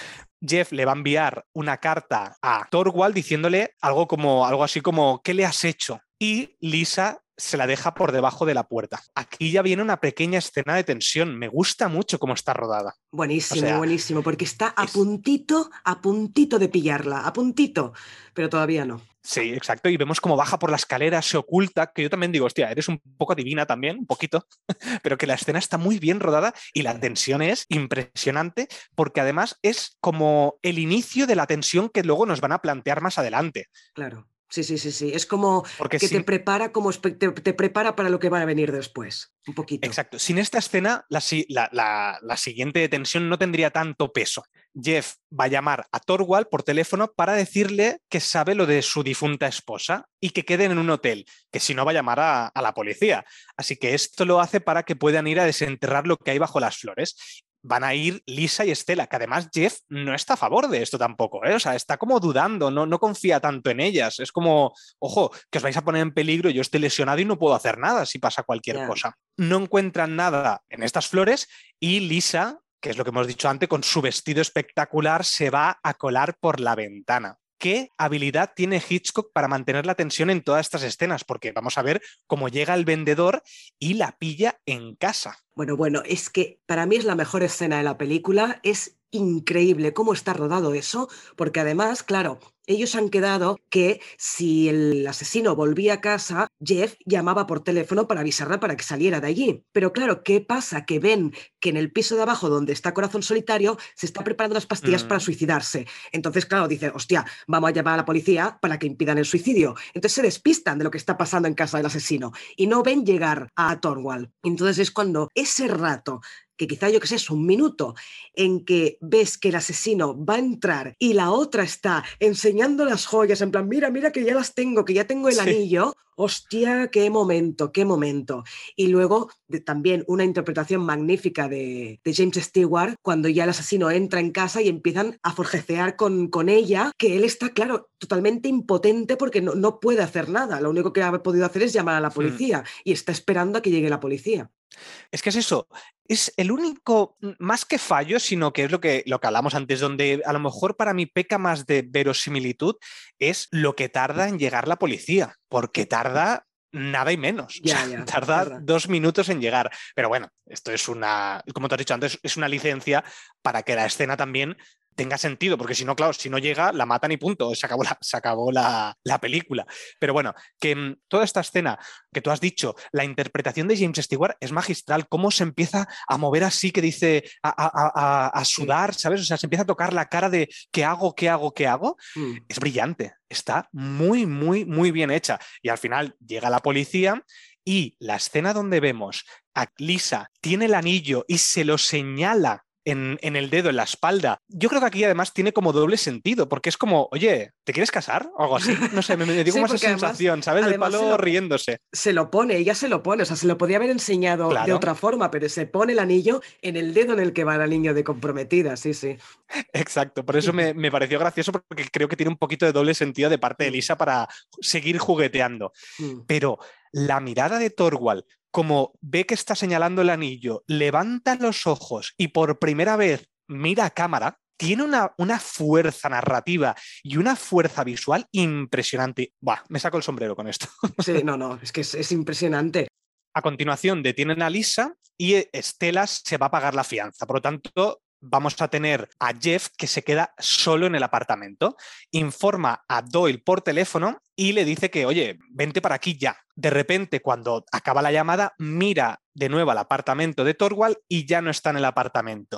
Jeff le va a enviar una carta a Thorwald diciéndole algo como algo así como ¿qué le has hecho? Y Lisa se la deja por debajo de la puerta. Aquí ya viene una pequeña escena de tensión. Me gusta mucho cómo está rodada. O Buenísimo, sea, buenísimo, porque está a es puntito, a puntito de pillarla, a puntito, pero todavía no. sí, exacto. Y vemos cómo baja por la escalera, se oculta, que yo también digo, hostia, eres un poco adivina también, un poquito, pero que la escena está muy bien rodada y la tensión es impresionante porque además es como el inicio de la tensión que luego nos van a plantear más adelante. Claro. Sí, sí, sí, sí. Es como Porque que te sin, prepara, como espe- te, te prepara para lo que va a venir después. Un poquito. exacto, sin esta escena, la, si- la, la, la siguiente tensión no tendría tanto peso. Jeff va a llamar a Thorwald por teléfono para decirle que sabe lo de su difunta esposa y que queden en un hotel, que si no va a llamar a, a la policía. Así que esto lo hace para que puedan ir a desenterrar lo que hay bajo las flores. Van a ir Lisa y Estela, que además Jeff no está a favor de esto tampoco, ¿eh? O sea, está como dudando, no, no confía tanto en ellas. Es como, ojo, que os vais a poner en peligro, yo estoy lesionado y no puedo hacer nada si pasa cualquier Ya. cosa. No encuentran nada en estas flores y Lisa, que es lo que hemos dicho antes, con su vestido espectacular se va a colar por la ventana. ¿Qué habilidad tiene Hitchcock para mantener la tensión en todas estas escenas? Porque vamos a ver cómo llega el vendedor y la pilla en casa. Bueno, bueno, es que para mí es la mejor escena de la película. Es increíble cómo está rodado eso, porque además, claro, ellos han quedado que si el asesino volvía a casa, Jeff llamaba por teléfono para avisarla para que saliera de allí. Pero claro, ¿qué pasa? Que ven que en el piso de abajo donde está Corazón Solitario se está preparando las pastillas para Mm, suicidarse. Entonces, claro, dicen, hostia, vamos a llamar a la policía para que impidan el suicidio. Entonces se despistan de lo que está pasando en casa del asesino y no ven llegar a Thorwald. Entonces es cuando ese rato que quizá yo que sé, es un minuto en que ves que el asesino va a entrar y la otra está enseñando las joyas, en plan, mira, mira que ya las tengo, que ya tengo el sí. anillo, hostia, qué momento, qué momento. Y luego de, también una interpretación magnífica de, de, James Stewart cuando ya el asesino entra en casa y empiezan a forjecear con, con ella, que él está, claro, totalmente impotente porque no, no puede hacer nada, lo único que ha podido hacer es llamar a la Mm. policía y está esperando a que llegue la policía. Es que es eso, es el único, más que fallo, sino que es lo que, lo que hablamos antes, donde a lo mejor para mí peca más de verosimilitud, es lo que tarda en llegar la policía, porque tarda nada y menos, o sea, Ya, ya, es tarda verdad. dos minutos en llegar. Pero bueno, esto es una, como te has dicho antes, es una licencia para que la escena también tenga sentido, porque si no, claro, si no llega, la matan y punto, se acabó la, se acabó la, la película. Pero bueno, que mmm, toda esta escena que tú has dicho, la interpretación de James Stewart es magistral, cómo se empieza a mover así, que dice, a, a, a, a Sí. sudar, ¿sabes? O sea, se empieza a tocar la cara de ¿qué hago, qué hago, qué hago? Mm. Es brillante, está muy, muy, muy bien hecha. Y al final llega la policía y la escena donde vemos a Lisa tiene el anillo y se lo señala en, en, el dedo, en la espalda. Yo creo que aquí además tiene como doble sentido, porque es como, oye, ¿te quieres casar? O algo así. No sé, me, me dio Sí, como esa porque además, sensación, ¿sabes? El además se palo lo, riéndose. se lo pone, ella se lo pone, o sea, se lo podía haber enseñado de Claro, otra forma, pero se pone el anillo en el dedo en el que va el anillo de comprometida, sí, sí. exacto. Por eso me, me pareció gracioso, porque creo que tiene un poquito de doble sentido de parte de Mm, Lisa para seguir jugueteando. mm. Pero la mirada de Thorwald, como ve que está señalando el anillo, levanta los ojos y por primera vez mira a cámara, tiene una, una fuerza narrativa y una fuerza visual impresionante. Buah, me saco el sombrero con esto. Sí, no, no, es que es, es impresionante. A continuación detienen a Lisa y Estela se va a pagar la fianza. Por lo tanto, vamos a tener a Jeff que se queda solo en el apartamento. Informa a Doyle por teléfono y le dice que, oye, vente para aquí ya. De repente, cuando acaba la llamada, mira de nuevo al apartamento de Thorwald y ya no está en el apartamento.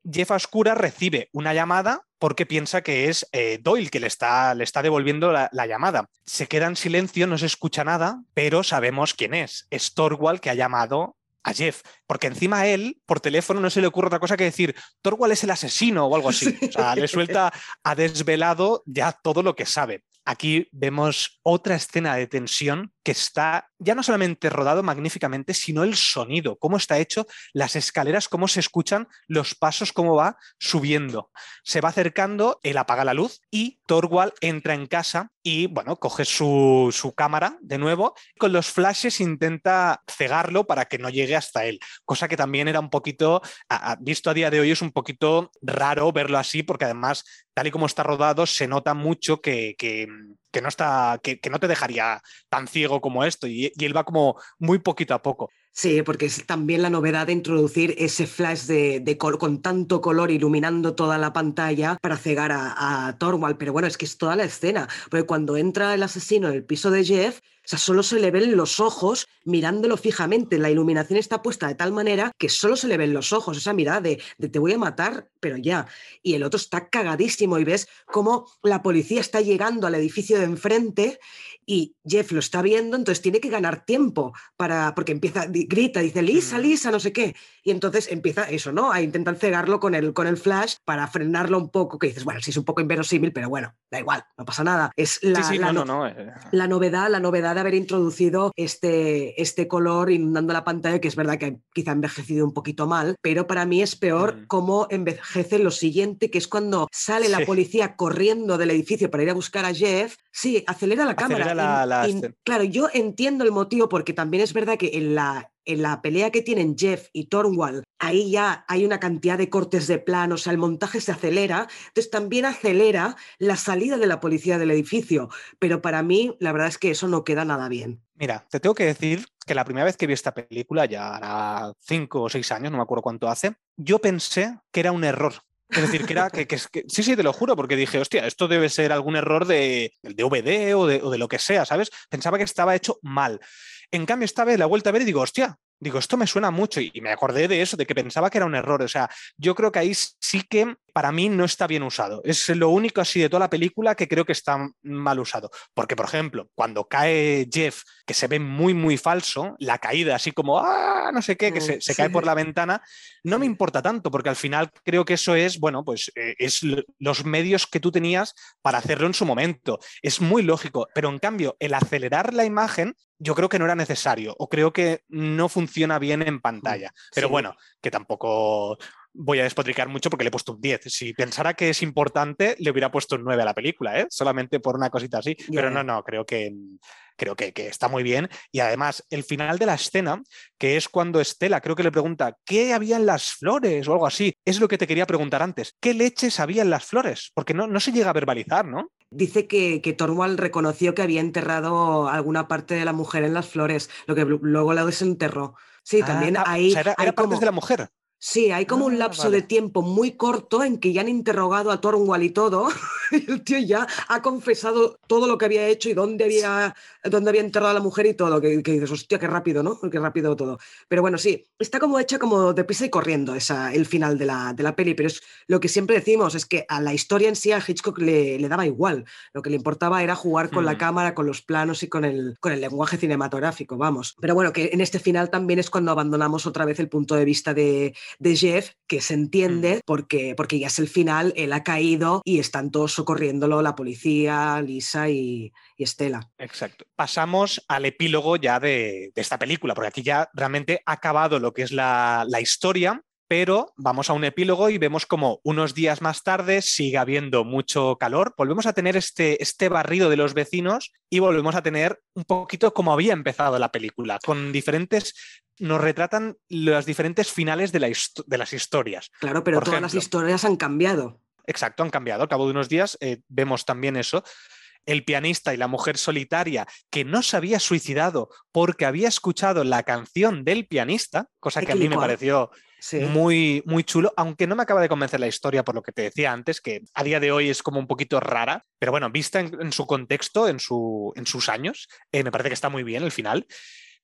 Jeff a oscuras recibe una llamada porque piensa que es eh, Doyle que le está, le está devolviendo la, la llamada. Se queda en silencio, no se escucha nada, pero sabemos quién es. Es Torwald que ha llamado a Jeff, porque encima a él, por teléfono, no se le ocurre otra cosa que decir Torwald es el asesino o algo así. Sí. O sea, le suelta, ha desvelado ya todo lo que sabe. Aquí vemos otra escena de tensión que está ya no solamente rodado magníficamente, sino el sonido, cómo está hecho, las escaleras, cómo se escuchan los pasos, cómo va subiendo. Se va acercando, él apaga la luz y Torwald entra en casa y, bueno, coge su, su cámara de nuevo, con los flashes intenta cegarlo para que no llegue hasta él, cosa que también era un poquito, a, a, visto a día de hoy, es un poquito raro verlo así, porque además, tal y como está rodado, se nota mucho que, que, que, no, está, que, que no te dejaría tan ciego como esto, y, y él va como muy poquito a poco. Sí, porque es también la novedad de introducir ese flash de, de col con tanto color iluminando toda la pantalla para cegar a, a Torwald. Pero bueno, es que es toda la escena, porque cuando entra el asesino en el piso de Jeff, o sea, solo se le ven los ojos mirándolo fijamente. La iluminación está puesta de tal manera que solo se le ven los ojos, esa mirada de, de te voy a matar, pero ya. Y el otro está cagadísimo y ves cómo la policía está llegando al edificio de enfrente y Jeff lo está viendo, entonces tiene que ganar tiempo para, porque empieza, grita, dice Lisa, Lisa, no sé qué. Y entonces empieza eso, ¿no? A intentar cegarlo con el, con el flash para frenarlo un poco, que dices, bueno, sí es un poco inverosímil, pero bueno, da igual, no pasa nada. Es la, sí, sí, la, no, no, no. Eh. la novedad, la novedad de haber introducido este, este color inundando la pantalla, que es verdad que quizá ha envejecido un poquito mal, pero para mí es peor mm. cómo envejece lo siguiente, que es cuando sale sí. la policía corriendo del edificio para ir a buscar a Jeff. Sí, acelera la acelera cámara. La, la y, y, claro, yo entiendo el motivo, porque también es verdad que en la, en la pelea que tienen Jeff y Torwald, ahí ya hay una cantidad de cortes de plano, o sea, el montaje se acelera, entonces también acelera la salida de la policía del edificio, pero para mí la verdad es que eso no queda nada bien. Mira, te tengo que decir que la primera vez que vi esta película, ya hará cinco o seis años, no me acuerdo cuánto hace, yo pensé que era un error. Es decir, que era que, que, que sí, sí, te lo juro, porque dije, hostia, esto debe ser algún error de, del D V D o de, o de lo que sea, ¿sabes? Pensaba que estaba hecho mal. En cambio, esta vez la vuelta a ver y digo, hostia, digo, esto me suena mucho, y me acordé de eso, de que pensaba que era un error. O sea, yo creo que ahí sí que para mí no está bien usado. Es lo único así de toda la película que creo que está mal usado. Porque, por ejemplo, cuando cae Jeff, que se ve muy, muy falso, la caída así como, ¡ah! No sé qué, que se, se sí. cae por la ventana, no sí. me importa tanto, porque al final creo que eso es, bueno, pues eh, es los medios que tú tenías para hacerlo en su momento. Es muy lógico, pero en cambio, el acelerar la imagen, yo creo que no era necesario, o creo que no funciona bien en pantalla. Pero sí. bueno, que tampoco voy a despotricar mucho porque le he puesto un diez. Si pensara que es importante, le hubiera puesto un nueve a la película, ¿eh? Solamente por una cosita así. Yeah. Pero no, no, creo que... Creo que, que está muy bien. Y además, el final de la escena, que es cuando Estela, creo que le pregunta, ¿qué había en las flores? O algo así. Es lo que te quería preguntar antes. ¿Qué leches había en las flores? Porque no, no se llega a verbalizar, ¿no? Dice que, que Torwald reconoció que había enterrado alguna parte de la mujer en las flores, lo que luego la desenterró. Sí, ah, también ah, hay... O sea, era, hay era como... partes de la mujer. Sí, hay como ah, un lapso vale. de tiempo muy corto en que ya han interrogado a Torwald y todo, y el tío ya ha confesado todo lo que había hecho y dónde había, dónde había enterrado a la mujer y todo, que, que dices, hostia, qué rápido, ¿no? Qué rápido todo. Pero bueno, sí, está como hecha como deprisa y corriendo esa, el final de la, de la peli, pero es lo que siempre decimos, es que a la historia en sí a Hitchcock le, le daba igual, lo que le importaba era jugar con mm. la cámara, con los planos y con el, con el lenguaje cinematográfico, vamos. Pero bueno, que en este final también es cuando abandonamos otra vez el punto de vista de de Jeff, que se entiende mm. porque, porque ya es el final, él ha caído y están todos socorriéndolo, la policía, Lisa y, y Estela. Exacto. Pasamos al epílogo ya de, de esta película, porque aquí ya realmente ha acabado lo que es la, la historia, pero vamos a un epílogo y vemos como unos días más tarde sigue habiendo mucho calor, volvemos a tener este, este barrido de los vecinos y volvemos a tener un poquito como había empezado la película, con diferentes... nos retratan los diferentes finales de, la de las historias. Claro, pero Por todas ejemplo, las historias han cambiado. Exacto, han cambiado. Al cabo de unos días eh, vemos también eso. El pianista y la mujer solitaria que no se había suicidado porque había escuchado la canción del pianista, cosa que a mí me pareció sí. muy, muy chulo, aunque no me acaba de convencer la historia por lo que te decía antes, que a día de hoy es como un poquito rara, pero bueno, vista en, en su contexto, en, su, en sus años, eh, me parece que está muy bien el final.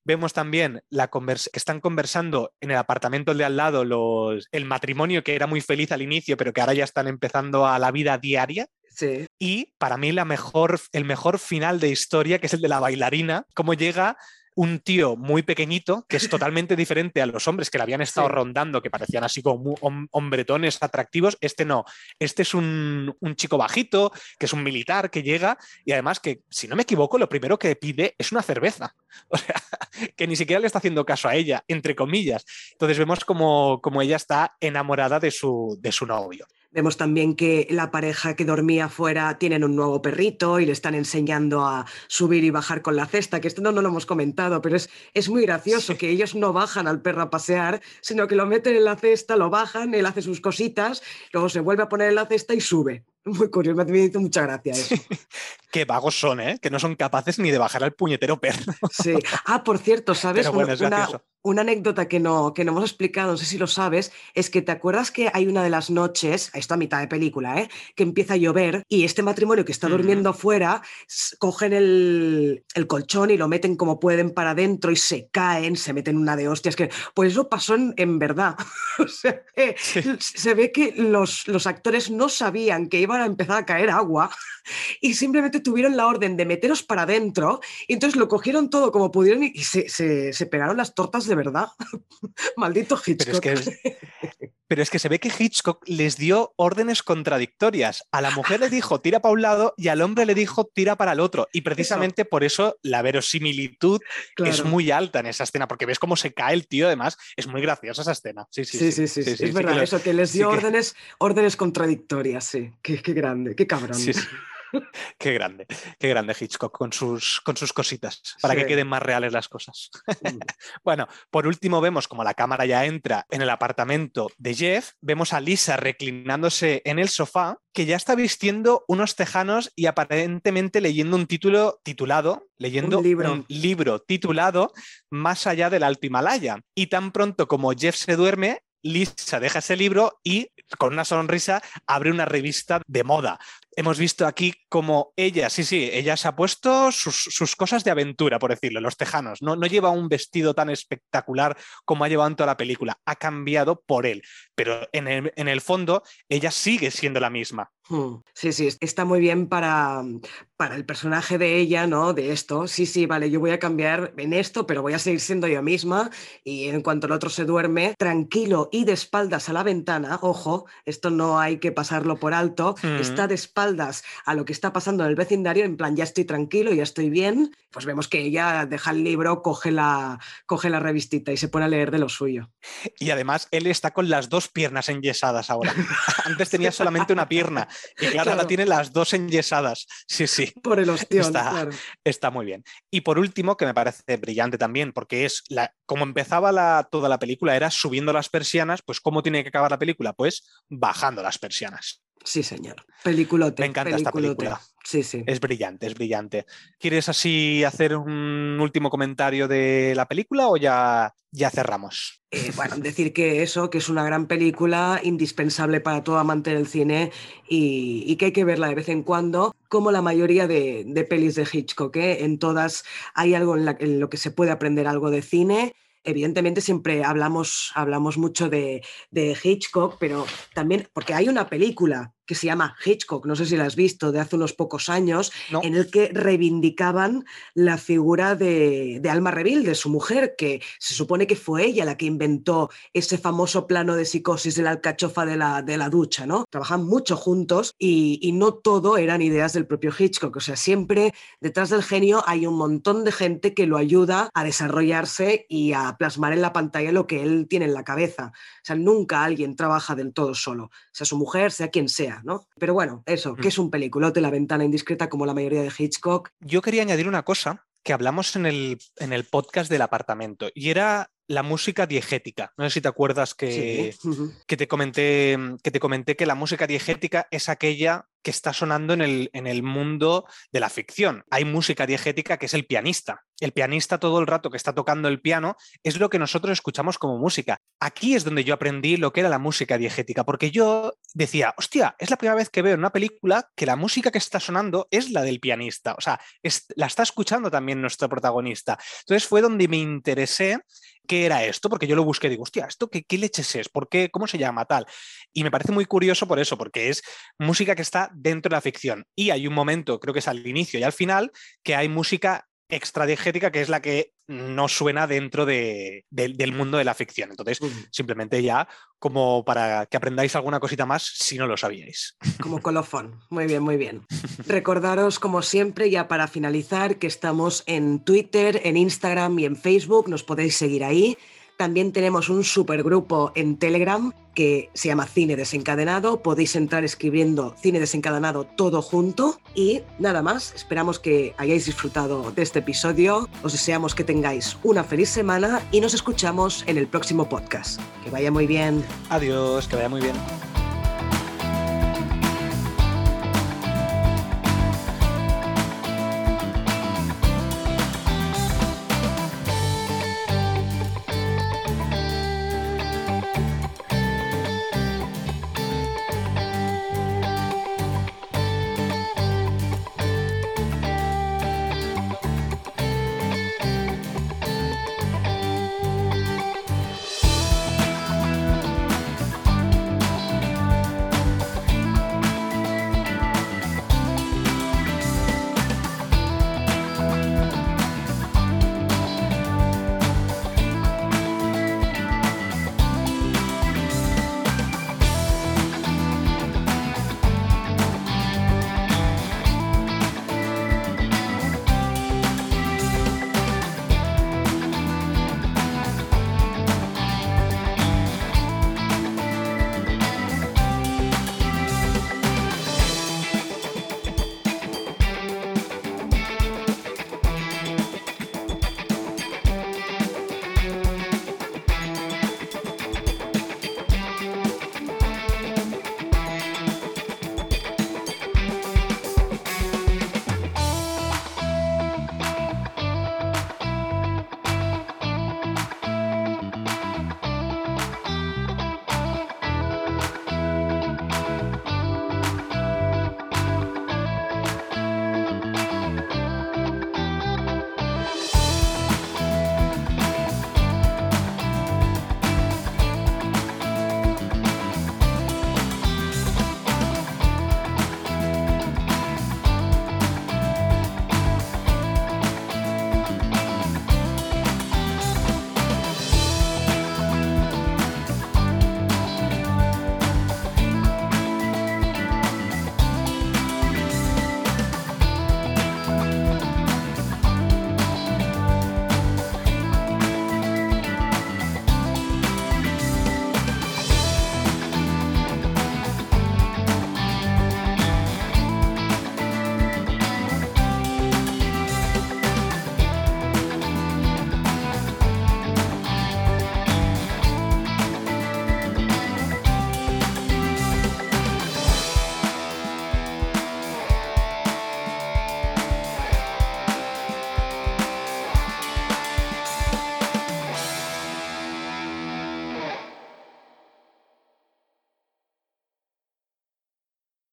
Vemos también la conversa que están conversando en el apartamento de al lado los, el matrimonio que era muy feliz al inicio, pero que ahora ya están empezando a la vida diaria. Sí. Y para mí la mejor, el mejor final de historia, que es el de la bailarina, cómo llega un tío muy pequeñito, que es totalmente diferente a los hombres que le habían estado Sí. rondando, que parecían así como hom hombretones atractivos. Este no, este es un, un chico bajito, que es un militar, que llega y además que, si no me equivoco, lo primero que pide es una cerveza. O sea, que ni siquiera le está haciendo caso a ella, entre comillas. Entonces vemos como, como ella está enamorada de su, de su novio. Vemos también que la pareja que dormía afuera tienen un nuevo perrito y le están enseñando a subir y bajar con la cesta, que esto no, no lo hemos comentado, pero es, es muy gracioso Sí. que ellos no bajan al perro a pasear, sino que lo meten en la cesta, lo bajan, él hace sus cositas, luego se vuelve a poner en la cesta y sube. Muy curioso, me hizo mucha gracia eso. Sí. Qué vagos son, ¿eh? Que no son capaces ni de bajar al puñetero perro. Sí. Ah, por cierto, ¿sabes? Pero bueno, es Una, gracioso. una anécdota que no, que no hemos explicado, no sé si lo sabes, es que te acuerdas que hay una de las noches, esto a mitad de película, ¿eh? Que empieza a llover y este matrimonio que está durmiendo Mm-hmm. afuera s- cogen el, el colchón y lo meten como pueden para adentro y se caen, se meten una de hostias. Que, pues eso pasó en, en verdad. O sea, que Sí. se ve que los, los actores no sabían que iban a empezar a caer agua y simplemente tuvieron la orden de meteros para adentro y entonces lo cogieron todo como pudieron y se, se, se pegaron las tortas de verdad. Maldito Pero es Hitchcock. que Pero es que se ve que Hitchcock les dio órdenes contradictorias. A la mujer le dijo tira para un lado y al hombre le dijo tira para el otro. Y precisamente Eso, por eso la verosimilitud es claro. muy alta en esa escena, porque ves cómo se cae el tío, además. Es muy graciosa esa escena. Sí, sí, Sí, sí. sí, sí, Sí, sí, es sí, sí que verdad, lo, eso, que les sí dio que, órdenes, órdenes contradictorias, sí. Qué, qué grande, qué cabrón. sí, sí. Qué grande, qué grande Hitchcock con sus, con sus cositas, para Sí. que queden más reales las cosas. Mm. Bueno, por último vemos como la cámara ya entra en el apartamento de Jeff, vemos a Lisa reclinándose en el sofá, que ya está vistiendo unos tejanos y aparentemente leyendo un título titulado, Un leyendo libro. un libro titulado Más allá del Alto Himalaya. Y tan pronto como Jeff se duerme, Lisa deja ese libro y con una sonrisa abre una revista de moda. Hemos visto aquí como ella, sí, sí, ella se ha puesto sus, sus cosas de aventura, por decirlo, los tejanos. No, no lleva un vestido tan espectacular como ha llevado en toda la película. Ha cambiado por él. Pero en el, en el fondo, ella sigue siendo la misma. Hmm. Sí, sí, está muy bien para, para el personaje de ella, ¿no? De esto. Sí, sí, vale, yo voy a cambiar en esto, pero voy a seguir siendo yo misma. Y en cuanto el otro se duerme, tranquilo y de espaldas a la ventana, ojo, esto no hay que pasarlo por alto, está Mm. de espaldas a lo que está pasando en el vecindario, en plan, ya estoy tranquilo, ya estoy bien. Pues vemos que ella deja el libro, coge la, coge la revistita y se pone a leer de lo suyo. Y además, él está con las dos piernas enyesadas ahora. Antes tenía solamente una pierna. Y claro, ahora Claro, tiene las dos enyesadas. Sí, sí, por el ostión, está, claro. está muy bien. Y por último, que me parece brillante también, porque es la, como empezaba la, toda la película, era subiendo las persianas, pues ¿cómo tiene que acabar la película? Pues bajando las persianas. Sí, señor. Me Peliculote, encanta esta peliculote. película. Sí, sí. Es brillante, es brillante. ¿Quieres así hacer un último comentario de la película o ya, ya cerramos? Eh, bueno, decir que eso, que es una gran película, indispensable para todo amante del cine y, y que hay que verla de vez en cuando, como la mayoría de, de pelis de Hitchcock, ¿eh? En todas hay algo en, la- en lo que se puede aprender algo de cine. Evidentemente siempre hablamos, hablamos mucho de, de Hitchcock, pero también porque hay una película que se llama Hitchcock, no sé si la has visto, de hace unos pocos años, No. en el que reivindicaban la figura de, de Alma Reville, de su mujer, que se supone que fue ella la que inventó ese famoso plano de psicosis de la alcachofa de la, de la ducha, ¿no? Trabajan mucho juntos y, y no todo eran ideas del propio Hitchcock, o sea, siempre detrás del genio hay un montón de gente que lo ayuda a desarrollarse y a plasmar en la pantalla lo que él tiene en la cabeza. O sea, nunca alguien trabaja del todo solo, sea su mujer, sea quien sea, ¿no? Pero bueno, eso, que es un peliculote, La ventana indiscreta, como la mayoría de Hitchcock. Yo quería añadir una cosa que hablamos en el, en el podcast del apartamento y era la música diegética. No sé si te acuerdas que, Sí. Uh-huh. que, te comenté, que te comenté que la música diegética es aquella que está sonando en el, en el mundo de la ficción. Hay música diegética que es el pianista. El pianista todo el rato que está tocando el piano es lo que nosotros escuchamos como música. Aquí es donde yo aprendí lo que era la música diegética, porque yo decía, hostia, es la primera vez que veo en una película que la música que está sonando es la del pianista. O sea, es, la está escuchando también nuestro protagonista. Entonces fue donde me interesé qué era esto, porque yo lo busqué y digo, hostia, ¿esto qué, qué leches es? ¿Por qué? ¿Cómo se llama? Tal. Y me parece muy curioso por eso, porque es música que está dentro de la ficción. Y hay un momento, creo que es al inicio y al final, que hay música extradiegética, que es la que no suena dentro de, de, del mundo de la ficción. Entonces, uh-huh. simplemente ya como para que aprendáis alguna cosita más si no lo sabíais. Como colofón. Muy bien, muy bien. Recordaros, como siempre, ya para finalizar, que estamos en Twitter, en Instagram y en Facebook. Nos podéis seguir ahí. También tenemos un supergrupo en Telegram que se llama Cine Desencadenado. Podéis entrar escribiendo Cine Desencadenado todo junto. Y nada más, esperamos que hayáis disfrutado de este episodio. Os deseamos que tengáis una feliz semana y nos escuchamos en el próximo podcast. Que vaya muy bien. Adiós, que vaya muy bien.